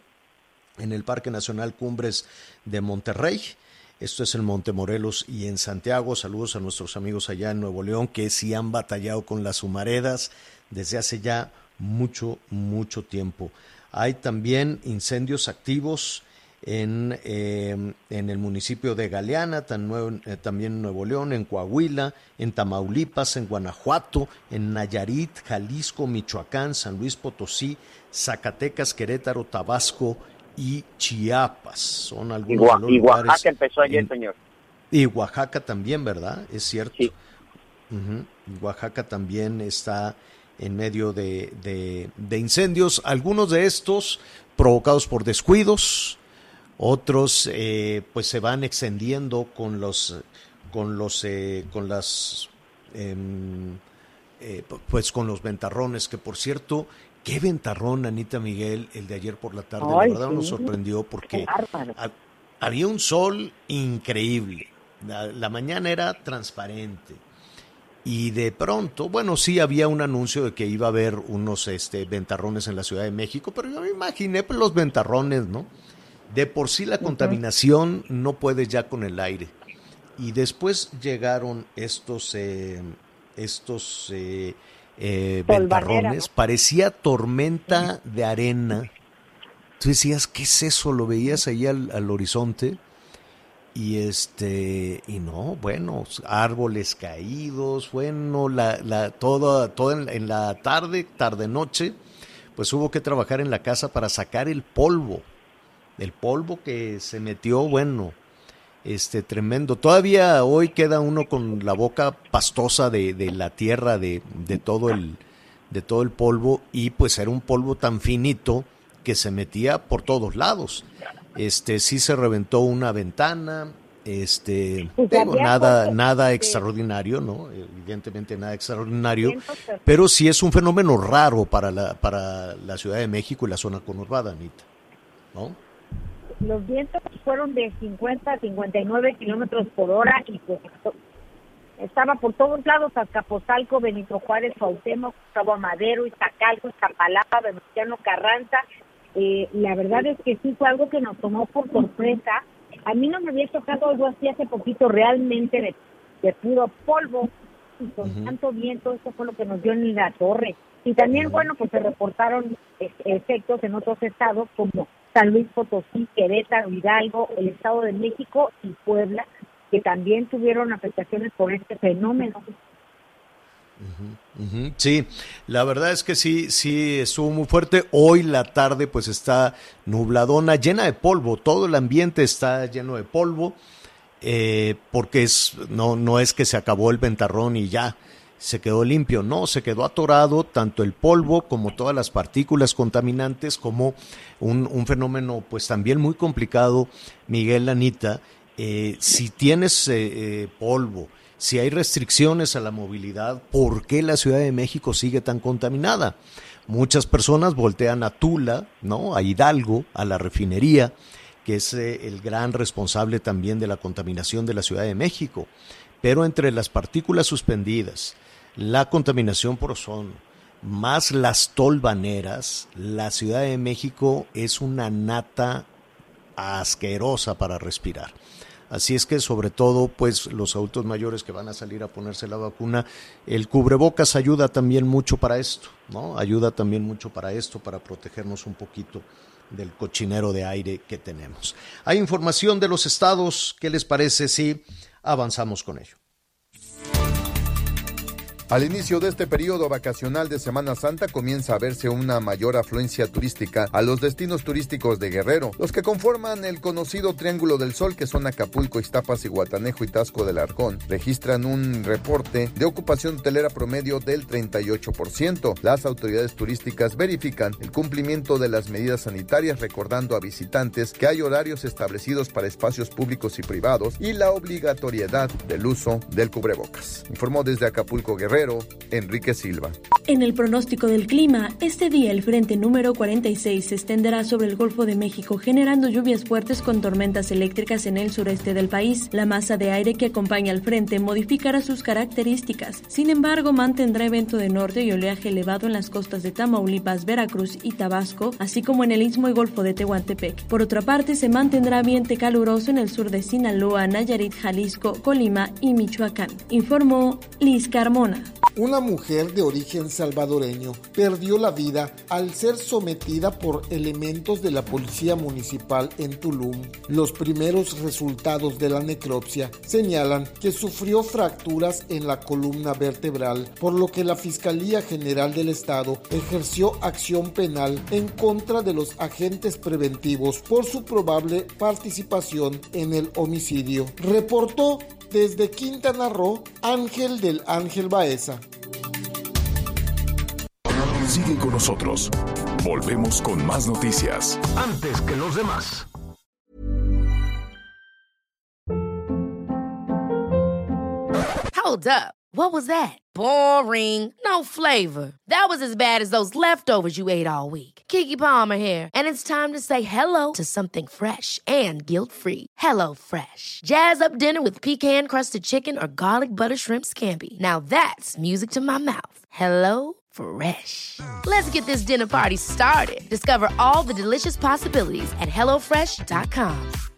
Speaker 2: en el Parque Nacional Cumbres de Monterrey, esto es en Montemorelos, y en Santiago. Saludos a nuestros amigos allá en Nuevo León, que sí han batallado con las humaredas desde hace ya mucho, mucho tiempo. Hay también incendios activos en, eh, en el municipio de Galeana, tan nuevo, eh, también en Nuevo León, en Coahuila, en Tamaulipas, en Guanajuato, en Nayarit, Jalisco, Michoacán, San Luis Potosí, Zacatecas, Querétaro, Tabasco y Chiapas. Son algunos
Speaker 5: y,
Speaker 2: de los
Speaker 5: y
Speaker 2: lugares.
Speaker 5: Oaxaca empezó ayer,
Speaker 2: en,
Speaker 5: señor.
Speaker 2: Y Oaxaca también, ¿verdad? Es cierto.
Speaker 5: Sí.
Speaker 2: Uh-huh. Oaxaca también está en medio de, de, de incendios, algunos de estos provocados por descuidos. Otros eh, pues se van extendiendo con los con los eh, con las eh, eh, pues con los ventarrones, que por cierto, qué ventarrón, Anita Miguel, el de ayer por la tarde. Ay, la verdad sí. Nos sorprendió porque ha, había un sol increíble, la, la mañana era transparente, y de pronto, bueno, sí había un anuncio de que iba a haber unos este ventarrones en la Ciudad de México, pero yo me imaginé pues los ventarrones, ¿no? De por sí la contaminación no puede ya con el aire. Y después llegaron estos eh, estos eh, eh, ventarrones. Parecía tormenta de arena. Tú decías, ¿qué es eso? Lo veías ahí al, al horizonte. Y este y no, bueno, árboles caídos, bueno, la, la, todo, todo en, en la tarde, tarde-noche, pues hubo que trabajar en la casa para sacar el polvo. El polvo que se metió, bueno, este tremendo. Todavía hoy queda uno con la boca pastosa de, de la tierra, de, de todo el, de todo el polvo, y pues era un polvo tan finito que se metía por todos lados. Este sí se reventó una ventana, este digo, nada, nada extraordinario, ¿no? Evidentemente nada extraordinario, pero sí es un fenómeno raro para la, para la Ciudad de México y la zona conurbada, Anita, ¿no?
Speaker 6: Los vientos fueron de cincuenta a cincuenta y nueve kilómetros por hora, y pues estaba por todos lados: Azcapotzalco, Benito Juárez, Cuauhtémoc, Gustavo Amadero, Iztacalco, Iztapalapa, Venustiano Carranza. Eh, la verdad es que sí fue algo que nos tomó por sorpresa. A mí no me había tocado algo así hace poquito, realmente de, de puro polvo y con uh-huh. tanto viento. Eso fue lo que nos dio en la torre. Y también, uh-huh. bueno, pues se reportaron eh, efectos en otros estados como San Luis Potosí, Querétaro, Hidalgo, el Estado de México y Puebla, que también tuvieron afectaciones por este fenómeno.
Speaker 2: Uh-huh, uh-huh. Sí, la verdad es que sí, sí estuvo muy fuerte. Hoy la tarde pues está nubladona, llena de polvo, todo el ambiente está lleno de polvo, eh, porque es no, no es que se acabó el ventarrón y ya se quedó limpio, no, se quedó atorado tanto el polvo como todas las partículas contaminantes, como un, un fenómeno pues también muy complicado, Miguel, Anita. Eh, si tienes eh, eh, polvo, si hay restricciones a la movilidad, ¿por qué la Ciudad de México sigue tan contaminada? Muchas personas voltean a Tula, ¿no? A Hidalgo, a la refinería, que es eh, el gran responsable también de la contaminación de la Ciudad de México. Pero entre las partículas suspendidas, la contaminación por ozono, más las tolvaneras, la Ciudad de México es una nata asquerosa para respirar. Así es que sobre todo pues los adultos mayores que van a salir a ponerse la vacuna, el cubrebocas ayuda también mucho para esto, ¿no? Ayuda también mucho para esto, para protegernos un poquito del cochinero de aire que tenemos. Hay información de los estados, ¿qué les parece si avanzamos con ello?
Speaker 13: Al inicio de este periodo vacacional de Semana Santa comienza a verse una mayor afluencia turística a los destinos turísticos de Guerrero, los que conforman el conocido Triángulo del Sol, que son Acapulco, Ixtapas, Zihuatanejo y Taxco del Arcón, registran un reporte de ocupación hotelera promedio del treinta y ocho por ciento. Las autoridades turísticas verifican el cumplimiento de las medidas sanitarias, recordando a visitantes que hay horarios establecidos para espacios públicos y privados y la obligatoriedad del uso del cubrebocas. Informó desde Acapulco, Guerrero, Enrique Silva.
Speaker 18: En el pronóstico del clima, este día el frente número cuarenta y seis se extenderá sobre el Golfo de México, generando lluvias fuertes con tormentas eléctricas en el sureste del país. La masa de aire que acompaña al frente modificará sus características. Sin embargo, mantendrá viento de norte y oleaje elevado en las costas de Tamaulipas, Veracruz y Tabasco, así como en el Istmo y Golfo de Tehuantepec. Por otra parte, se mantendrá ambiente caluroso en el sur de Sinaloa, Nayarit, Jalisco, Colima y Michoacán. Informó Liz Carmona.
Speaker 19: Una mujer de origen salvadoreño perdió la vida al ser sometida por elementos de la policía municipal en Tulum. Los primeros resultados de la necropsia señalan que sufrió fracturas en la columna vertebral, por lo que la Fiscalía General del Estado ejerció acción penal en contra de los agentes preventivos por su probable participación en el homicidio. Reportó desde Quintana Roo, Ángel del Ángel Baeza.
Speaker 3: Sigue con nosotros. Volvemos con más noticias.
Speaker 9: Antes que los demás.
Speaker 1: Hold up. What was that? Boring. No flavor. That was as bad as those leftovers you ate all week. Keke Palmer here, and it's time to say hello to something fresh and guilt-free. Hello Fresh. Jazz up dinner with pecan-crusted chicken or garlic butter shrimp scampi. Now that's music to my mouth. Hello Fresh. Let's get this dinner party started. Discover all the delicious possibilities at hello fresh dot com.